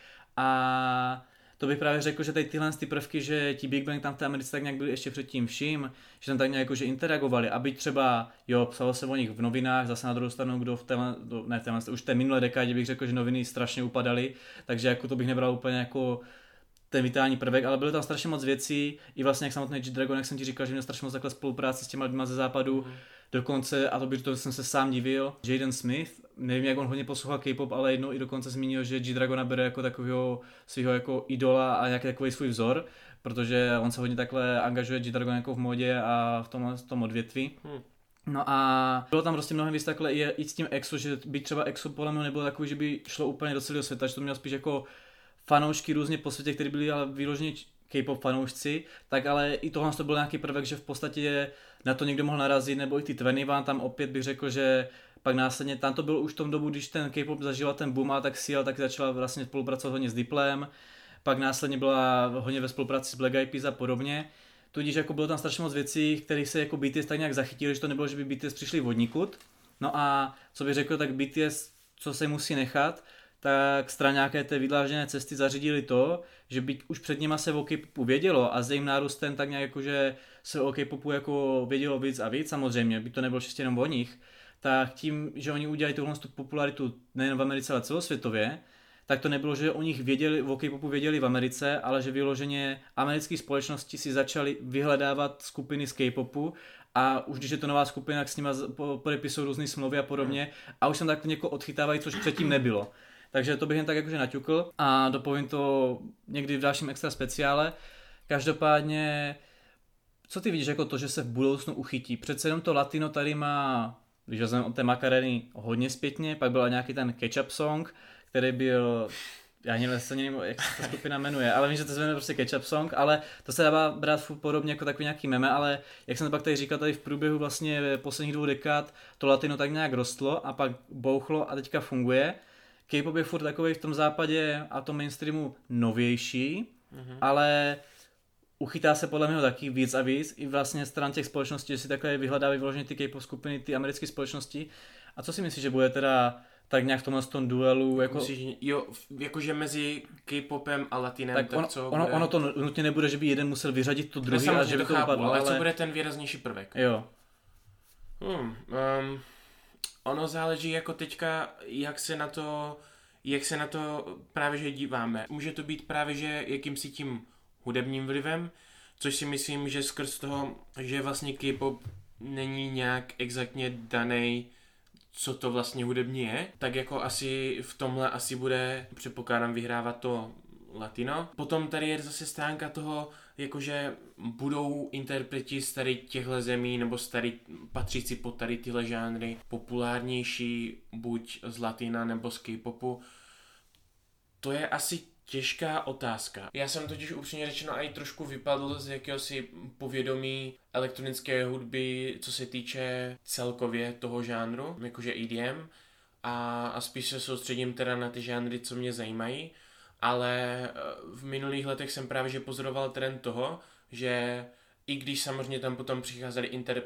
a to bych právě řekl, že tady tyhle ty prvky, že ti Big Bang tam v té Americe tak nějak byli ještě předtím vším, že tam tak nějak jakože interagovali, aby třeba, jo, psalo se o nich v novinách, zase na druhou stranu, kdo v téhle, ne v téhle, už v té minulé dekádě bych řekl, že noviny strašně upadaly, takže jako to bych nebral úplně jako ten vitální prvek, ale bylo tam strašně moc věcí, i vlastně jak samotný G-Dragon, jak jsem ti říkal, že měl strašně moc takhle spolupráci s těma lidma ze západu, mm. dokonce, a to bych to jsem se sám divil, Jaden Smith, nevím, jak on hodně poslouchal K-pop, ale jednou i dokonce zmínil, že G-Dragona bere jako takového svého jako idola a nějaký takový svůj vzor, protože on se hodně takhle angažuje G-Dragon jako v modě a v tom, v tom odvětví. Hmm. No a bylo tam prostě mnohem víc takhle i, i s tím EXO, že by třeba EXO podle mě nebylo takový, že by šlo úplně do celého světa, že to měl spíš jako fanoušky různě po světě, kteří byli ale vyloženě K-pop fanoušci, tak ale i tohle to byl nějaký prvek, že v podstatě na to někdo mohl narazit, nebo i ty dvacet jedna, tam opět bych řekl, že pak následně, tam to bylo už v tom dobu, když ten K-pop zažila ten boom a tak C L, tak začala vlastně spolupracovat hodně s Diplem, pak následně byla hodně ve spolupráci s Black Eyed Peas a podobně, tudíž jako bylo tam strašně moc věcí, které se jako B T S tak nějak zachytili, že to nebylo, že by B T S přišli vodnikud. No a co bych řekl, tak B T S, co se musí nechat, tak stran nějaké té vydlážděné cesty zařídili to, že byť už před nima se o K-popu vědělo a s jejím nárůstem tak nějak jako, že se o K-popu jako vědělo víc a víc, samozřejmě, by to nebylo čistě jenom o nich, tak tím, že oni udělali tuhle popularitu nejen v Americe, ale celosvětově, tak to nebylo, že o nich věděli, o K-popu věděli v Americe, ale že vyloženě americké společnosti si začaly vyhledávat skupiny z K-popu a už když je to nová skupina, tak s nima podepisují různé smlouvy a podobně a už se tak někoho odchytávají, což předtím nebylo. Takže to bych jen tak jakože naťukl a dopovím to někdy v dalším extra speciále. Každopádně, co ty vidíš jako to, že se v budoucnu uchytí? Přece jenom to latino tady má, když vezmeme od té Macareny hodně zpětně, pak byl nějaký ten Ketchup Song, který byl, já nevím, nevím, jak se ta skupina jmenuje, ale vím, že to se jmenuje prostě Ketchup Song, ale to se dá brát podobně jako takový nějaký meme, ale jak jsem to pak tady říkal, tady v průběhu vlastně posledních dvou dekád to latino tak nějak rostlo a pak bouchlo a teďka funguje. K-pop je furt takový v tom západě a tom mainstreamu novější, mm-hmm. ale uchytá se podle mě taky víc a víc i vlastně stran těch společností, že si takhle vyhledávají vyloženě ty K-pop skupiny, ty americké společnosti. A co si myslíš, že bude teda tak nějak v tomhle tom duelu, jako... Musíš, jo, jakože mezi K-popem a latinem, tak, tak on, co ono, bude... ono to nutně nebude, že by jeden musel vyřadit to druhý a že by to chápu, upadlo, ale, ale... co bude ten výraznější prvek? Jo. Hmm, um, ono záleží jako teďka, jak se na to, jak se na to právě že díváme. Může to být právě že jakýmsi tím hudebním vlivem, což si myslím, že skrz toho, že vlastně K-pop není nějak exaktně daný, co to vlastně hudební je, tak jako asi v tomhle asi bude, předpokládám, vyhrávat to latino. Potom tady je zase stránka toho, jakože budou interpreti z tady těchto zemí nebo z tady patřící pod tady tyhle žánry populárnější buď z latina nebo z K-popu. To je asi těžká otázka. Já jsem totiž upřímně řečeno i trošku vypadl z jakéhosi povědomí elektronické hudby, co se týče celkově toho žánru, jakože E D M, a, a spíš se soustředím teda na ty žánry, co mě zajímají, ale v minulých letech jsem právě že pozoroval trend toho, že i když samozřejmě tam potom přicházely inter,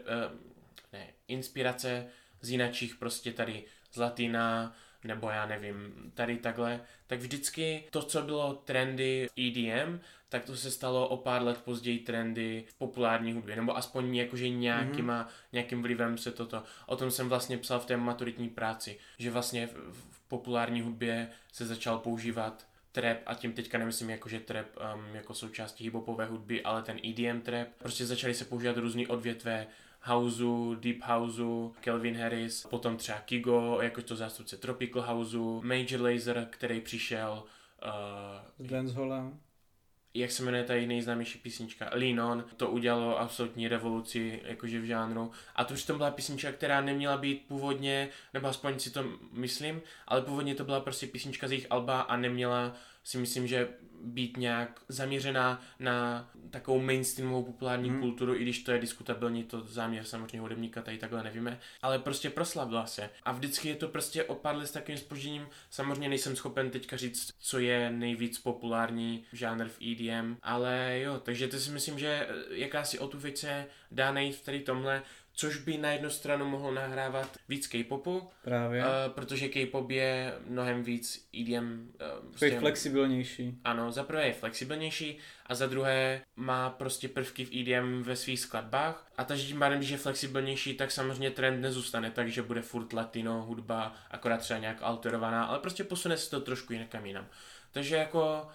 ne, inspirace z jinačích, prostě tady z latina, nebo já nevím, tady takhle, tak vždycky to, co bylo trendy v E D M, tak to se stalo o pár let později trendy v populární hudbě, nebo aspoň jakože nějakýma, mm-hmm. nějakým vlivem se toto. O tom jsem vlastně psal v té maturitní práci, že vlastně v, v populární hudbě se začal používat trap, a tím teďka nemyslím jakože trap um, jako součástí hiphopové hudby, ale ten E D M trap. Prostě začaly se používat různý odvětve houseu, deep houseu, Calvin Harris, potom třeba Kygo, jakožto zástupce tropical houseu, Major Lazer, který přišel z uh, dancehallem. Jak se jmenuje ta nejznámější písnička? Lean On. To udělalo absolutní revoluci jakože v žánru. A to už to byla písnička, která neměla být původně, nebo aspoň si to myslím, ale původně to byla prostě písnička z jejich alba a neměla, si myslím, že být nějak zaměřená na takovou mainstreamovou populární hmm. kulturu, i když to je diskutabilní, to záměr samozřejmě hudebníka, tady takhle nevíme, ale prostě proslavila se. A vždycky je to prostě o pár let s takovým zpožděním. Samozřejmě nejsem schopen teďka říct, co je nejvíc populární žánr v E D M, ale jo, takže to si myslím, že jakási otůvejce dá najít v tady tomhle, což by na jednu stranu mohlo nahrávat víc K-popu, právě. Uh, protože K-pop je mnohem víc E D M. Uh, prostě je flexibilnější. Ano, za prvé je flexibilnější a za druhé má prostě prvky v E D M ve svých skladbách a takže tím pádem, když je flexibilnější, tak samozřejmě trend nezůstane tak, že bude furt latino hudba, akorát třeba nějak alterovaná, ale prostě posune se to trošku jinam jinam. Takže jako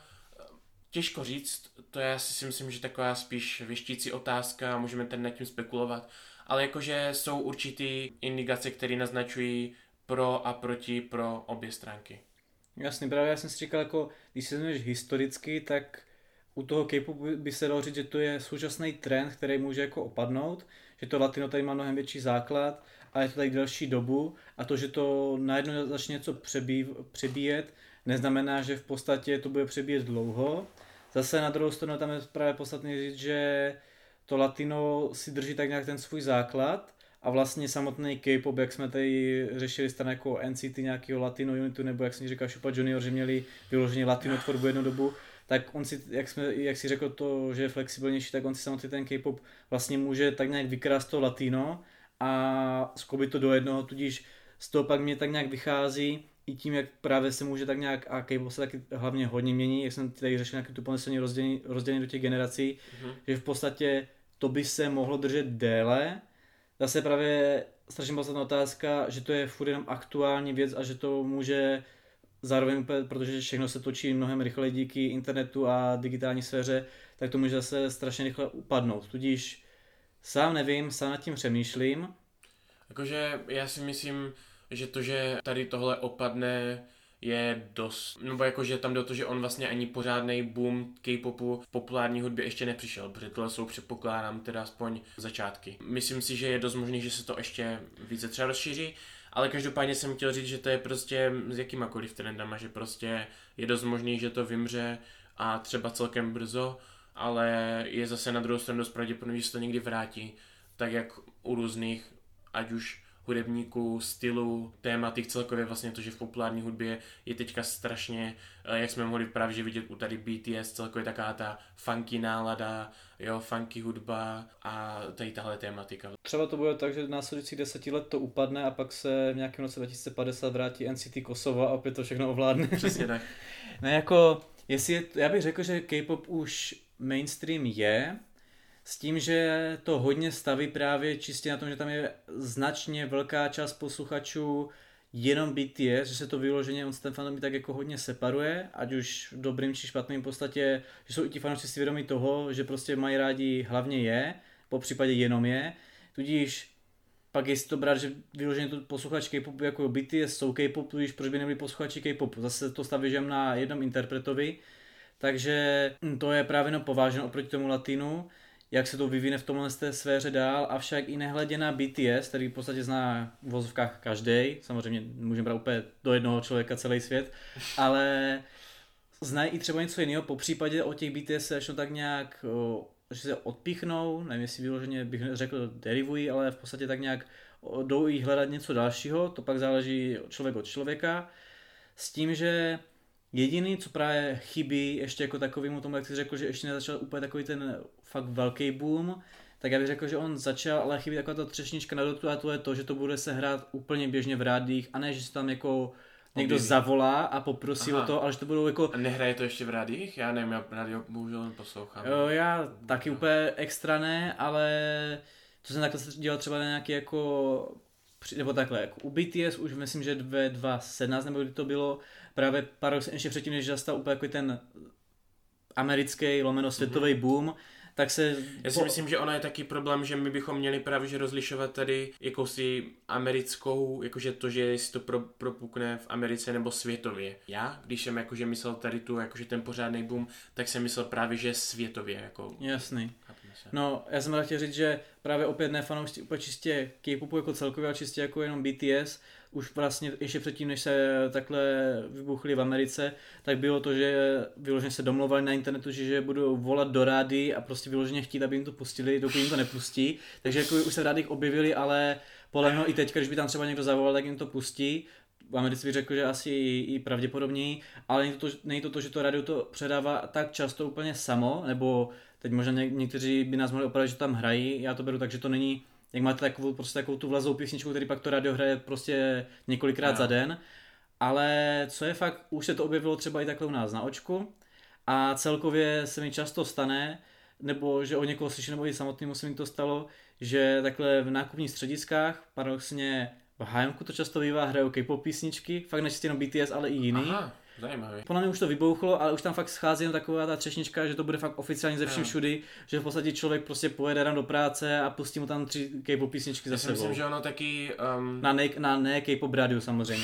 těžko říct, to já si myslím, že taková spíš věštící otázka, můžeme tady nad tím spekulovat, ale jakože jsou určitý indikace, které naznačují pro a proti pro obě stránky. Jasně, právě já jsem si říkal, jako, když se změníš historicky, tak u toho K-popu by se dalo říct, že to je současný trend, který může jako opadnout, že to latino tady má mnohem větší základ a je to tady delší dobu a to, že to najednou začne něco přebí, přebíjet, neznamená, že v podstatě to bude přebíjet dlouho. Zase na druhou stranu tam je právě podstatný říct, že to latino si drží tak nějak ten svůj základ a vlastně samotný K-pop, jak jsme tady řešili stran jako N C T nějakého latino unitu, nebo jak jsem říkal Super Junior, že měli vyloženě latino tvorbu jednu dobu, tak on si, jak, jsme, jak si řekl to, že je flexibilnější, tak on si samotný ten K-pop vlastně může tak nějak vykrást to latino a skloubit to do jednoho, tudíž z toho pak mě tak nějak vychází i tím, jak právě se může tak nějak, a K-pop se taky hlavně hodně mění, jak jsem tady řešil nějaké tu pomyslení rozdělení, rozdělení do těch generací, mm-hmm. že v podstatě to by se mohlo držet déle. Zase právě strašně podstatná otázka, že to je furt jenom aktuální věc a že to může zároveň úplně, protože všechno se točí mnohem rychleji díky internetu a digitální sféře, tak to může zase strašně rychle upadnout. Tudíž sám nevím, sám nad tím přemýšlím. Jakože já si myslím, že to, že tady tohle opadne, je dost, nebo jakože tam jde o to, že on vlastně ani pořádnej boom K-popu v populární hudbě ještě nepřišel, protože tohle jsou, předpokládám, teda aspoň začátky. Myslím si, že je dost možný, že se to ještě více třeba rozšíří, ale každopádně jsem chtěl říct, že to je prostě s jakýmakoliv trendama, že prostě je dost možný, že to vymře a třeba celkem brzo, ale je zase na druhou stranu dost pravděpodobný, že se to někdy vrátí, tak jak u různých, ať už hudebníků, stylu, tématik, celkově vlastně to, že v populární hudbě je teďka strašně, jak jsme mohli právě že vidět u tady B T S, celkově taková ta funky nálada, jo, funky hudba a tady tahle tématika. Třeba to bude tak, že v následujících deseti let to upadne a pak se v nějakém roce dva tisíce padesát vrátí N C T Kosovo a opět to všechno ovládne. Přesně tak. No jako, jestli je, já bych řekl, že K-pop už mainstream je, s tím, že to hodně staví právě čistě na tom, že tam je značně velká část posluchačů jenom B T S, že se to vyloženě, on se ten fandom tak jako hodně separuje, ať už dobrým či špatným, v podstatě, že jsou i ti fanoušci si vědomí toho, že prostě mají rádi hlavně je, po případě jenom je, tudíž pak jestli to brát, že vyloženě to posluchač K-popu jako B T S jsou K-pop, tudíž proč by nebyli posluchači K-popu, zase to staví že na jednom interpretovi, takže to je právě no pováženo oproti tomu latinu, jak se to vyvine v tomhle té sféře dál, avšak i nehledě na B T S, který v podstatě zná v vozovkách každý, samozřejmě můžeme brát úplně do jednoho člověka celý svět, ale znají i třeba něco jiného, po případě o těch B T S se začnou tak nějak, o, že se odpíchnou, nevím jestli vyloženě bych řekl derivují, ale v podstatě tak nějak jdou i hledat něco dalšího, to pak záleží člověk od člověka, s tím, že jediný, co právě chybí ještě jako takovýmu tomu, jak jsi řekl, že ještě nezačal úplně takový ten fakt velký boom, tak já bych řekl, že on začal, ale chybí taková ta třešnička na dortu a to je to, že to bude se hrát úplně běžně v rádiích a ne, že se tam jako někdo Objeví. zavolá a poprosí Aha. o to, ale že to budou jako... A nehraje to ještě v rádiích? Já nevím, já rádio bohužel neposlouchám. Jo, já bohužel. Taky úplně extra ne, ale to jsem takhle dělal třeba na nějaký jako... Nebo takhle, jako u B T S už myslím, že ve dva tisíce sedmnáct nebo kdy to bylo, právě paradoxně ještě předtím, než zastal úplně jako ten americký lomeno světový mm-hmm. boom, tak se... Já si po... myslím, že ono je taky problém, že my bychom měli právě že rozlišovat tady jakousi americkou, jakože to, že si to pro, propukne v Americe nebo světově. Já, když jsem jakože myslel tady tu, jakože ten pořádný boom, tak jsem myslel právě, že světově. Jako... Jasný. No, já jsem chtěl říct, že právě opět nefanoušci úplně čistě K-popu jako celkově, ale čistě jako jenom B T S, už vlastně ještě předtím, než se takhle vybuchli v Americe, tak bylo to, že vyloženě se domlouvali na internetu, že, že budou volat do rády a prostě vyloženě chtít, aby jim to pustili, dokud jim to nepustí. Takže jako už se v rádích objevili, ale podle mě i teď, když by tam třeba někdo zavolal, tak jim to pustí. V Americe bych řekl, že asi i pravděpodobněji, ale není to, to, není to to, že to rádio to předává tak často úplně samo, nebo teď možná ně, někteří by nás mohli opravit, že tam hrají, já to beru tak, že to není, jak máte takovou, prostě takovou tu vlezlou písničku, který pak to rádio hraje prostě několikrát no. za den, ale co je fakt, už se to objevilo třeba i takhle u nás na očku a celkově se mi často stane, nebo že o někoho slyším, nebo i samotnému se mi to stalo, že takhle v nákupních střediskách, paradoxně v há emku to často bývá, hrajou K-pop písničky, fakt nečistě jenom B T S, ale i jiný. Aha, zajímavý. Podle mě už to vybouchlo, ale už tam fakt schází jen taková ta třešnička, že to bude fakt oficiálně ze vším všudy, že v podstatě člověk prostě pojede tam do práce a pustí mu tam tři K-pop písničky za sebou. Já myslím, že ono taky... Um... Na, ne, na ne K-pop rádiu samozřejmě.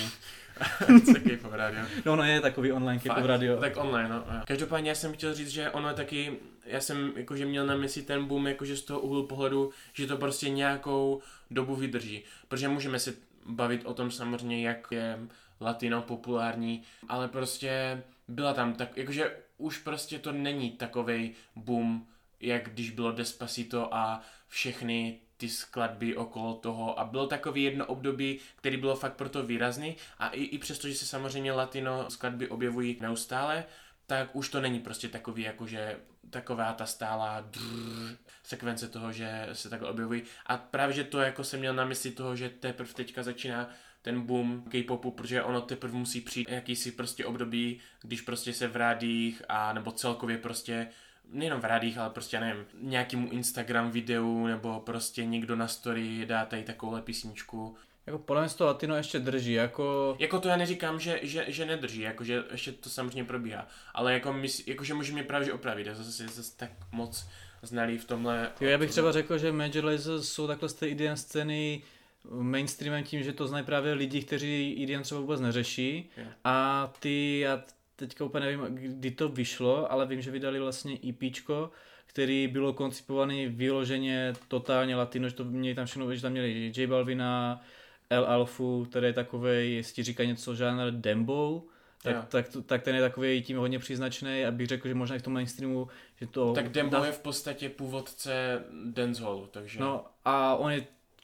Co K-pop rádio? No, no je takový online K-pop rádio. Tak online, no. Každopádně já jsem chtěl říct, že ono je taky, já jsem jakože měl na mysli ten boom, jakože z toho úhlu pohledu, že to prostě nějakou dobu vydrží. Protože můžeme se bavit o tom samozřejmě, jak je latino populární, ale prostě byla tam tak, jakože už prostě to není takovej boom, jak když bylo Despacito a všechny ty skladby okolo toho a bylo takový jedno období, který bylo fakt proto výrazný a i, i přesto, že se samozřejmě latino skladby objevují neustále, tak už to není prostě takový jakože taková ta stálá drrr, sekvence toho, že se takhle objevují a právě, že to jako jsem měl na mysli toho, že teprve teďka začíná ten boom K-popu, protože ono teprve musí přijít jakýsi prostě období, když prostě se v rádiích a nebo celkově prostě nejenom v rádiích, ale prostě, já nevím, nějakému Instagram videu, nebo prostě někdo na story dá tady takovouhle písničku. Jako podle mě to latino ještě drží, jako... Jako to já neříkám, že, že, že nedrží, jakože ještě to samozřejmě probíhá, ale jako mysl, jakože může mě právě opravit, já zase, zase tak moc znalý v tomhle... Jo, já bych třeba řekl, že Major Lazer jsou takhle z té E D M scény mainstreamem tím, že to znají právě lidi, kteří E D M třeba vůbec neřeší yeah. a ty, já teďka úplně nevím, kdy to vyšlo, ale vím, že vydali vlastně EPčko, který bylo koncipovaný vyloženě totálně latino, že to měli tam všechno, že tam měli J Balvina, El Alfu, který je takovej, jestli říká něco žánr dembow, tak, tak, tak ten je takový tím hodně příznačný, abych řekl, že možná i v tom mainstreamu, že to... Tak dembow je v podstatě původce dancehallu, takže... No a on je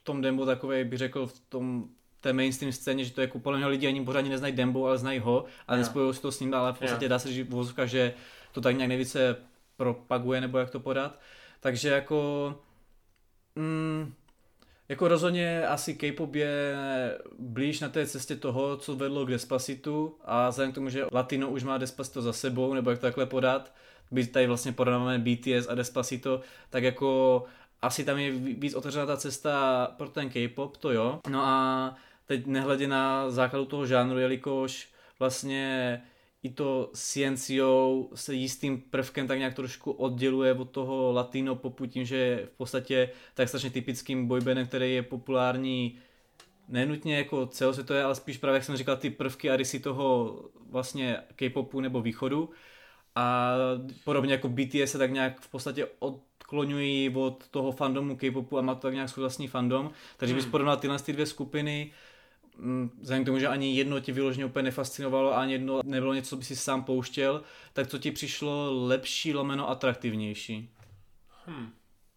v tom dembu takovej, bych řekl, v tom té mainstream scéně, že to je jako podle mě lidi ani pořádně neznají dembo, ale znají ho a nespojují si to s ním, ale v podstatě dá se říct vozovka, že to tak nějak nejvíce propaguje, nebo jak to podat. Takže jako mm, jako rozhodně asi K-pop je blíž na té cestě toho, co vedlo k Despacitu a vzhledem k tomu, že Latino už má Despacito za sebou, nebo jak to takhle podat, být tady vlastně porovnáme B T S a Despacito, tak jako asi tam je víc otevřená ta cesta pro ten K-pop, to jo. No a teď nehledě na základu toho žánru, jelikož vlastně i to Cienciou se jistým prvkem tak nějak trošku odděluje od toho latino popu tím, že je v podstatě tak strašně typickým boybandem, který je populární nenutně jako celosvětové, ale spíš právě, jak jsem říkal, ty prvky a rysy toho vlastně K-popu nebo východu. A podobně jako B T S se tak nějak v podstatě odkloňují od toho fandomu K-popu a má to tak nějak svůj vlastní fandom. Takže bys porovnal tyhle ty dvě skupiny, vzhledem k tomu, že ani jedno ti vyloženě úplně nefascinovalo a ani jedno nebylo něco, co by si sám pouštěl, tak co ti přišlo lepší, lomeno atraktivnější? Hmm.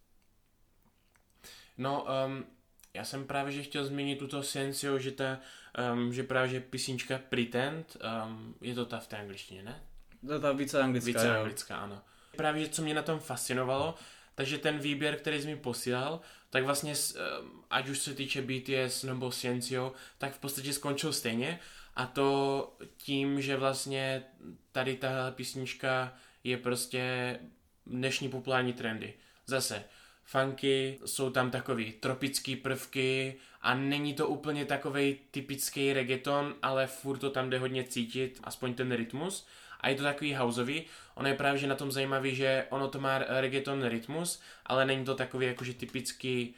No, um, já jsem právě že chtěl zmínit tuto Cienciou, že, ta, um, že právě že písnička Pretend, um, je to ta v té angličtině, ne? To je ta více anglická, Více jo. anglická, ano. Právě, že co mě na tom fascinovalo, takže ten výběr, který jsi mi posílal, tak vlastně, ať už se týče B T S nebo Cienciou, tak v podstatě skončil stejně. A to tím, že vlastně tady tahle písnička je prostě dnešní populární trendy. Zase, funky, jsou tam takový tropický prvky a není to úplně takovej typický reggaeton, ale furt to tam jde hodně cítit, aspoň ten rytmus. A je to takový houseový. Ono je právě že na tom zajímavý, že ono to má reggaeton rytmus, ale není to takový jakože typický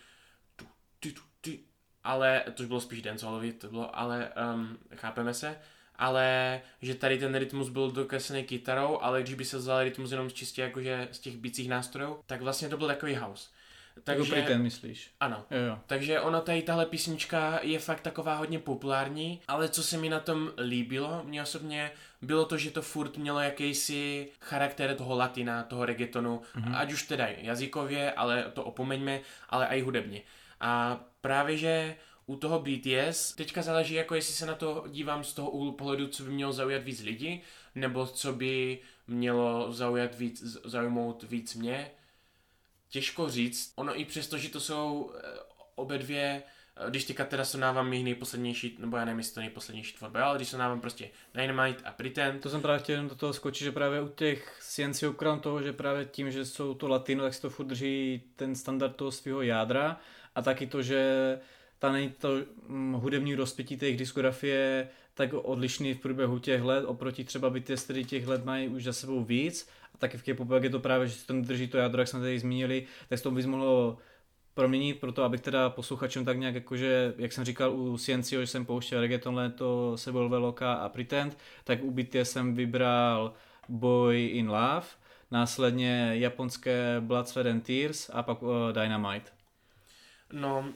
ale to už bylo spíš dancehallový, to bylo, ale um, chápeme se, ale že tady ten rytmus byl dokreslený kytarou, ale když by se vzal rytmus jenom čistě jakože z těch bicích nástrojů, tak vlastně to byl takový house. Takže, jako Pretend myslíš? Ano. Jo, jo. Takže ono tady tahle písnička je fakt taková hodně populární, ale co se mi na tom líbilo, mě osobně, bylo to, že to furt mělo jakýsi charakter toho latina, toho reggaetonu, mm-hmm. ať už teda jazykově, ale to opomeňme, ale i hudebně. A právě, že u toho B T S teďka záleží, jako jestli se na to dívám z toho úhlu pohledu, co by mělo zaujat víc lidí, nebo co by mělo zaujat víc, zaujmout víc mě. Těžko říct, ono i přesto, že to jsou obě dvě, když teďka teda srovnávám jejich nejposlednější, nebo já nevím, jestli to nejposlednější tvorba, ale když srovnávám prostě Dynamite a Pretend. To jsem právě chtěl do toho skočit, že právě u těch Cienciou krom toho, že právě tím, že jsou to latino, tak si to furt drží ten standard toho svého jádra a taky to, že ta není to hm, hudební rozpětí těch diskografie tak odlišný v průběhu těch let, oproti třeba B T S, který těch let mají už za sebou víc. A taky v K-popu, jak je to právě, že se tam drží to jádro, jak jsme tady zmínili, tak se to bys mohlo proměnit, proto abych teda posluchačům tak nějak jakože, jak jsem říkal u Cienciou, že jsem pouštěl reggaeton léto, Sebol Veloka a Pretend, tak u B T S jsem vybral Boy in Love, následně japonské Blood, Sweat and Tears a pak uh, Dynamite. No,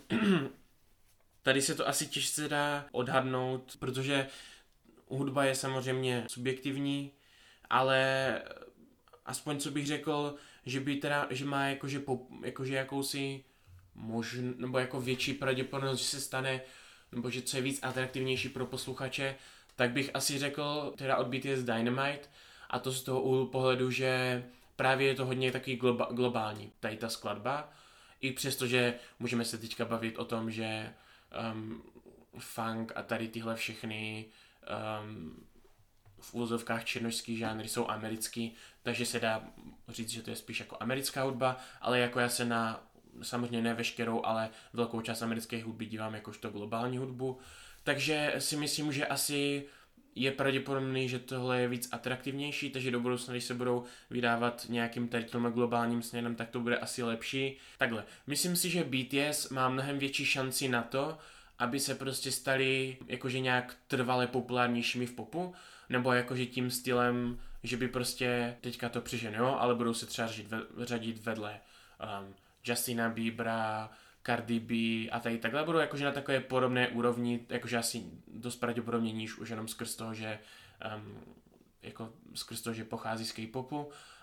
tady se to asi těžce dá odhadnout, protože hudba je samozřejmě subjektivní, ale aspoň co bych řekl, že by teda, že má jakože, pop, jakože jakousi možn, nebo jako větší pravděpodobnost, že se stane, nebo že co je víc atraktivnější pro posluchače, tak bych asi řekl teda od B T S Dynamite, a to z toho úhlu pohledu, že právě je to hodně takový globa, globální, tady ta skladba, i přesto, že můžeme se teďka bavit o tom, že um, funk a tady tyhle všechny um, v úvozovkách černošský žánry jsou americký, takže se dá říct, že to je spíš jako americká hudba, ale jako já se na, samozřejmě ne veškerou, ale velkou část americké hudby dívám jakožto globální hudbu, takže si myslím, že asi je pravděpodobný, že tohle je víc atraktivnější, takže do budoucna, když se budou vydávat nějakým tady globálním směrem, tak to bude asi lepší. Takhle, myslím si, že B T S má mnohem větší šanci na to, aby se prostě stali jakože nějak trvale populárnějšími v popu, nebo jakože tím stylem, že by prostě teďka to přižen, jo, ale budou se třeba řadit, řadit vedle um, Justina Biebera, Cardi B a tady takhle budou jakože na takové podobné úrovni, jakože asi dost pravděpodobně níž už jenom skrz toho, že um, jako skrz toho, že pochází z K-popu,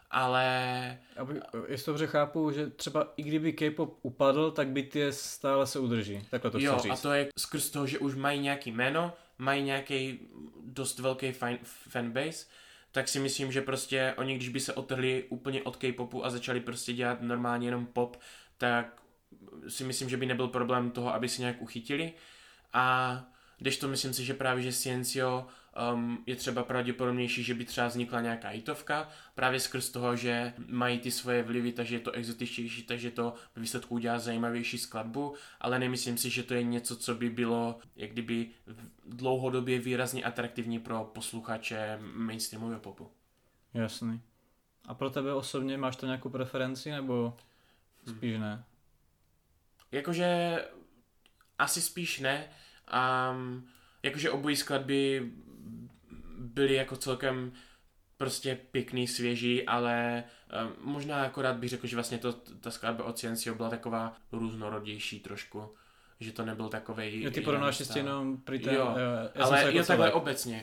ale... Aby, jestli to dobře chápu, že třeba i kdyby K-pop upadl, tak B T S stále se udrží. Takhle to chci jo, říct. A to je skrz toho, že už mají nějaký jméno, mají nějaký dost velký fan, fanbase, tak si myslím, že prostě oni, když by se otrhli úplně od K-popu a začali prostě dělat normálně jenom pop, tak si myslím, že by nebyl problém toho, aby si nějak uchytili. A kdežto myslím si, že právě, že Sciencio um, je třeba pravděpodobnější, že by třeba vznikla nějaká hitovka, právě skrz toho, že mají ty svoje vlivy, takže je to exotičtější, takže to ve výsledku udělá zajímavější skladbu, ale nemyslím si, že to je něco, co by bylo jak kdyby dlouhodobě výrazně atraktivní pro posluchače mainstreamového popu. Jasný. A pro tebe osobně máš to nějakou preferenci, nebo spíš hmm. ne? Jakože asi spíš ne. Um, jakože obojí skladby byly jako celkem prostě pěkný, svěží, ale um, možná akorát bych řekl, že vlastně to, ta skladba od Sciencio byla taková různorodější trošku, že to nebyl takovej... Jo, ty porovnáš si jenom při ten... Jo, jo ale jako jo, takhle obecně.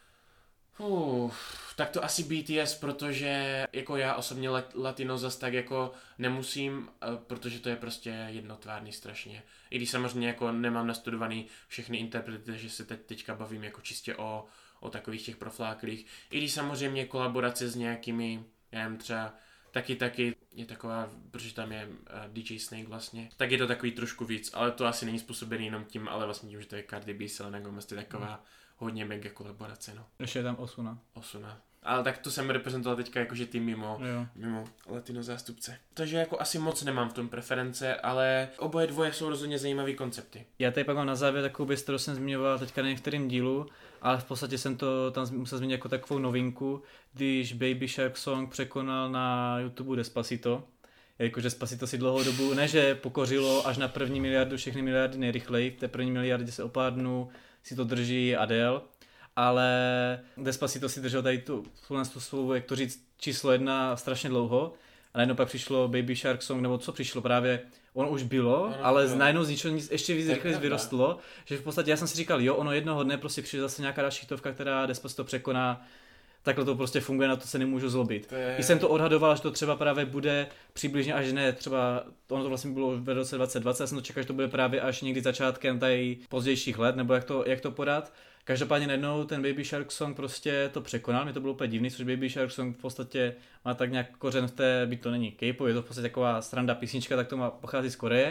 Uf, tak to asi B T S, protože jako já osobně latino zas tak jako nemusím, protože to je prostě jednotvárný strašně. I když samozřejmě jako nemám nastudovaný všechny interprety, že se teď teďka bavím jako čistě o, o takových těch profláklých. I když samozřejmě kolaborace s nějakými, já nevím, třeba taky taky je taková, protože tam je D J Snake vlastně, tak je to takový trošku víc, ale to asi není způsobený jenom tím, ale vlastně tím, že to je Cardi B, Selena Gomez, to je taková hmm. hodně mega kolaborace, no. Ještě je tam Osuna. Osuna. Ale tak to jsem reprezentoval teďka jakože ty mimo, mimo latino zástupce. Takže jako asi moc nemám v tom preference, ale oboje dvoje jsou rozhodně zajímavý koncepty. Já tady pak mám na závěr takovou věc, kterou jsem zmiňoval teďka na některým dílu, ale v podstatě jsem to tam musel zmínit jako takovou novinku, když Baby Shark Song překonal na YouTube Despacito. Jakože Despacito si dlouhou dobu, ne že pokořilo až na první miliardu, všechny miliardy nejrychleji, v té první miliardě se o pár dnů si to drží Adele, ale Despacito si držel tady tu, tu svou, jak to říct, číslo jedna strašně dlouho a najednou pak přišlo Baby Shark Song, nebo co přišlo právě, ono už bylo, ano, ale bylo. Najednou z ničeho ještě víc rychle vyrostlo, že v podstatě já jsem si říkal, jo, ono jednoho dne prostě přijde zase nějaká další hitovka, která Despacito překoná, takhle to prostě funguje, na to se nemůžu zlobit. Je... I jsem to odhadoval, že to třeba právě bude přibližně až ne, třeba, ono to vlastně bylo v roce dvacet dvacet, já jsem to čekal, že to bude právě až někdy začátkem tady pozdějších let, nebo jak to, jak to podat. Každopádně najednou ten Baby Shark Song prostě to překonal, mě to bylo úplně divný, což Baby Shark Song v podstatě má tak nějak kořen v té, byť to není K-pop, je to v podstatě taková sranda písnička, tak to má, pochází z Koreje.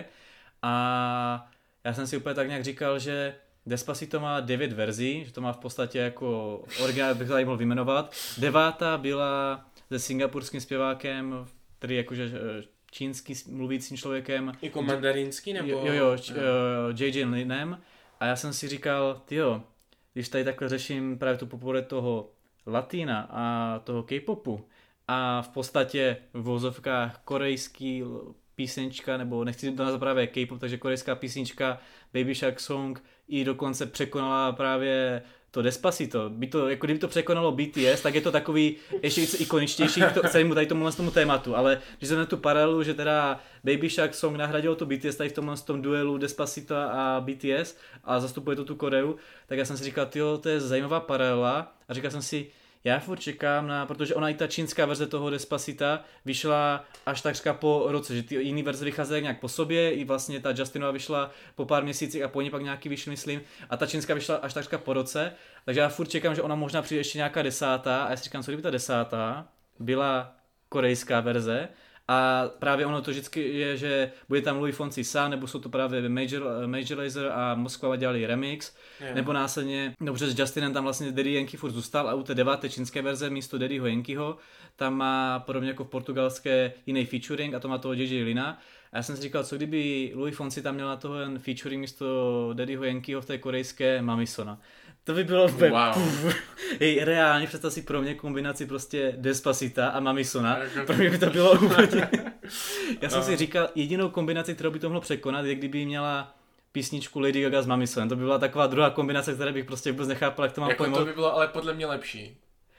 A já jsem si úplně tak nějak říkal, že Despacito má devět verzí, že to má v podstatě jako originál, bych tady mohl vyjmenovat. Devátá byla se singapurským zpěvákem, který jakože čínský mluvícím člověkem. Jako mandarinský nebo? Jo, jo, J J Linem. A já jsem si říkal, tyjo, když tady takhle řeším právě tu popularitu toho latina a toho K-popu a v podstatě v vozovkách korejský písnička, nebo nechci to nazvat právě K-pop, takže korejská písnička Baby Shark Song i dokonce překonala právě to Despacito. By to, jako kdyby to překonalo B T S, tak je to takový ještě víc ikoničtější k celému tady tomu, tomu tématu, ale když jsem na tu paralelu, že teda Baby Shark Song nahradilo to B T S tady v tomhle tom duelu Despacito a B T S a zastupuje to tu Koreu, tak já jsem si říkal, tyjo, to je zajímavá paralela a říkal jsem si, já furt čekám na, protože ona i ta čínská verze toho Despacita vyšla až takřka po roce, že ty jiný verze vycházely nějak po sobě, i vlastně ta Justinova vyšla po pár měsících a po ní pak nějaký vyšly, myslím, a ta čínská vyšla až takřka po roce, takže já furt čekám, že ona možná přijde ještě nějaká desátá a já si říkám, co kdyby ta desátá byla korejská verze. A právě ono to vždycky je, že bude tam Louis Fonsi sám, nebo jsou to právě Major, Major Lazer a Moskva dělali remix, yeah. Nebo následně, dobře s Justinem tam vlastně Daddy Yankee furt zůstal a u té deváté čínské verze místo Daddyho Yankeeho tam má podobně jako v portugalské jiný featuring a to má toho J J Lina. A já jsem si říkal, co kdyby Louis Fonsi tam měl na toho featuring místo Daddyho Yankeeho v té korejské Mamisona. To by bylo úplně wow. Hej, reálně představ si pro mě kombinaci prostě Despacita a Mamisona. Pro mě by to bylo úplně... Já jsem no. si říkal, jedinou kombinaci, kterou by to mohlo překonat, je kdyby měla písničku Lady Gaga s Mamisonem. To by byla taková druhá kombinace, která bych prostě vůbec nechápal, jak to mám jako pojmout. To by bylo ale podle mě lepší.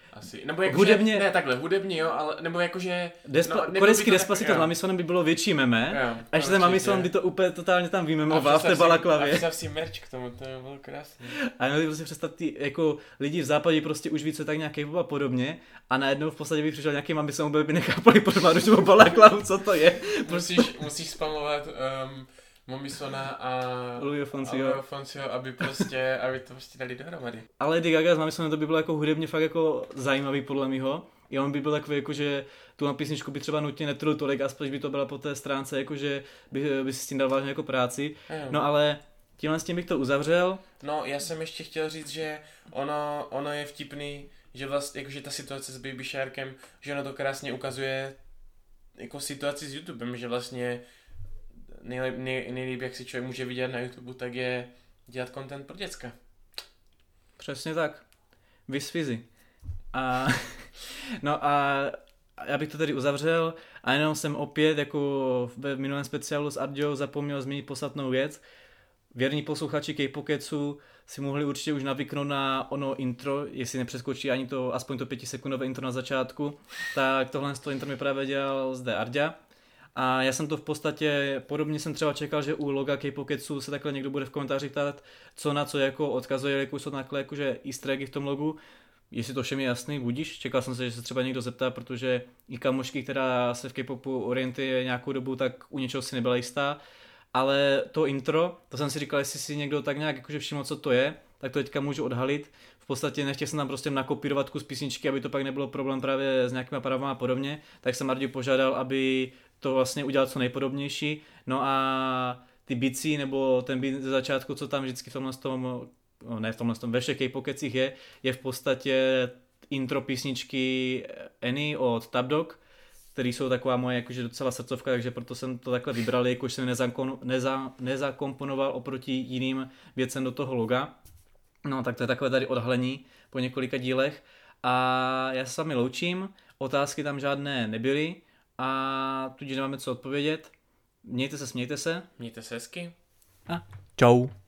Asi. Nebo jako, hudebně... Že, ne, takhle, hudebně jo, ale, nebo jakože... Despa... No, korejský by Despacito s Mamisonem by bylo větší meme, jo, a ještě ten Mamison by to úplně totálně tam vymemoval v té balaklavě. A představ si merch k tomu, to by bylo krásné. A měli prostě představ ty, jako lidi v západě prostě už ví, co tak nějaký a podobně, a najednou v podstatě by přišel nějaký Mamison, by nechápali pořád tu balaklavu, co to je. Musíš, musíš spamovat... Um, Mamisona a Louis Foncio, aby prostě, aby to prostě dali dohromady. Ale Lady Gaga s Mamisonem to by bylo jako hudebně fakt jako zajímavý podle mýho. I on by byl takový jako, že tu písničku by třeba nutně netrul tolik, aspoň by to byla po té stránce, jako že by, by si s tím dal vážně jako práci. Hmm. No ale tímhle s tím bych to uzavřel. No já jsem ještě chtěl říct, že ono, ono je vtipný, že vlastně jakože ta situace s Baby Sharkem, že ono to krásně ukazuje jako situaci s YouTubem, že vlastně nejlíp, nej, nejlíp, jak si člověk může vidět na YouTube, tak je dělat content pro děcka. Přesně tak. Vysvizi. A, no a já bych to tedy uzavřel a jenom jsem opět, jako ve minulém speciálu s Arďou, zapomněl zmínit podstatnou věc. Věrní posluchači K-Pocketsu si mohli určitě už navyknout na ono intro, jestli nepřeskočí ani to, aspoň to pětisekundové intro na začátku, tak tohle z toho intro mi právě dělal zde Arďa. A já jsem to v podstatě, podobně jsem třeba čekal, že u loga K-Pocketsu se takhle někdo bude v komentářích ptát, co na co jako odkazuje, jako jsou takhle jakože easter eggy v tom logu. Jestli to všem je jasný, budíš? Čekal jsem se, že se třeba někdo zeptá, protože i kamošky, která se v K-popu orientuje nějakou dobu, tak u něčeho si nebyla jistá. Ale to intro, to jsem si říkal, jestli si někdo tak nějak jakože všiml, co to je, tak to teďka můžu odhalit. V podstatě nechtěl jsem tam prostě nakopírovat kus písničky, aby to pak nebylo problém právě s nějakýma pravama a podobně, tak jsem Mardi požádal, aby to vlastně udělal co nejpodobnější. No a ty bicí, nebo ten beat ze začátku, co tam vždycky v tomhle tom, no ne v tomhle tom, ve všech K-Pocketsích je, je v podstatě intro písničky Annie od Top Dog, který jsou taková moje jakože docela srdcovka, takže proto jsem to takhle vybral, jakož jsem nezakon, neza, nezakomponoval oproti jiným věcem do toho loga. No tak to je takové tady odhalení po několika dílech a já se s vámi loučím, otázky tam žádné nebyly a tudíž nemáme co odpovědět. Mějte se, smějte se. Mějte se hezky. A čau.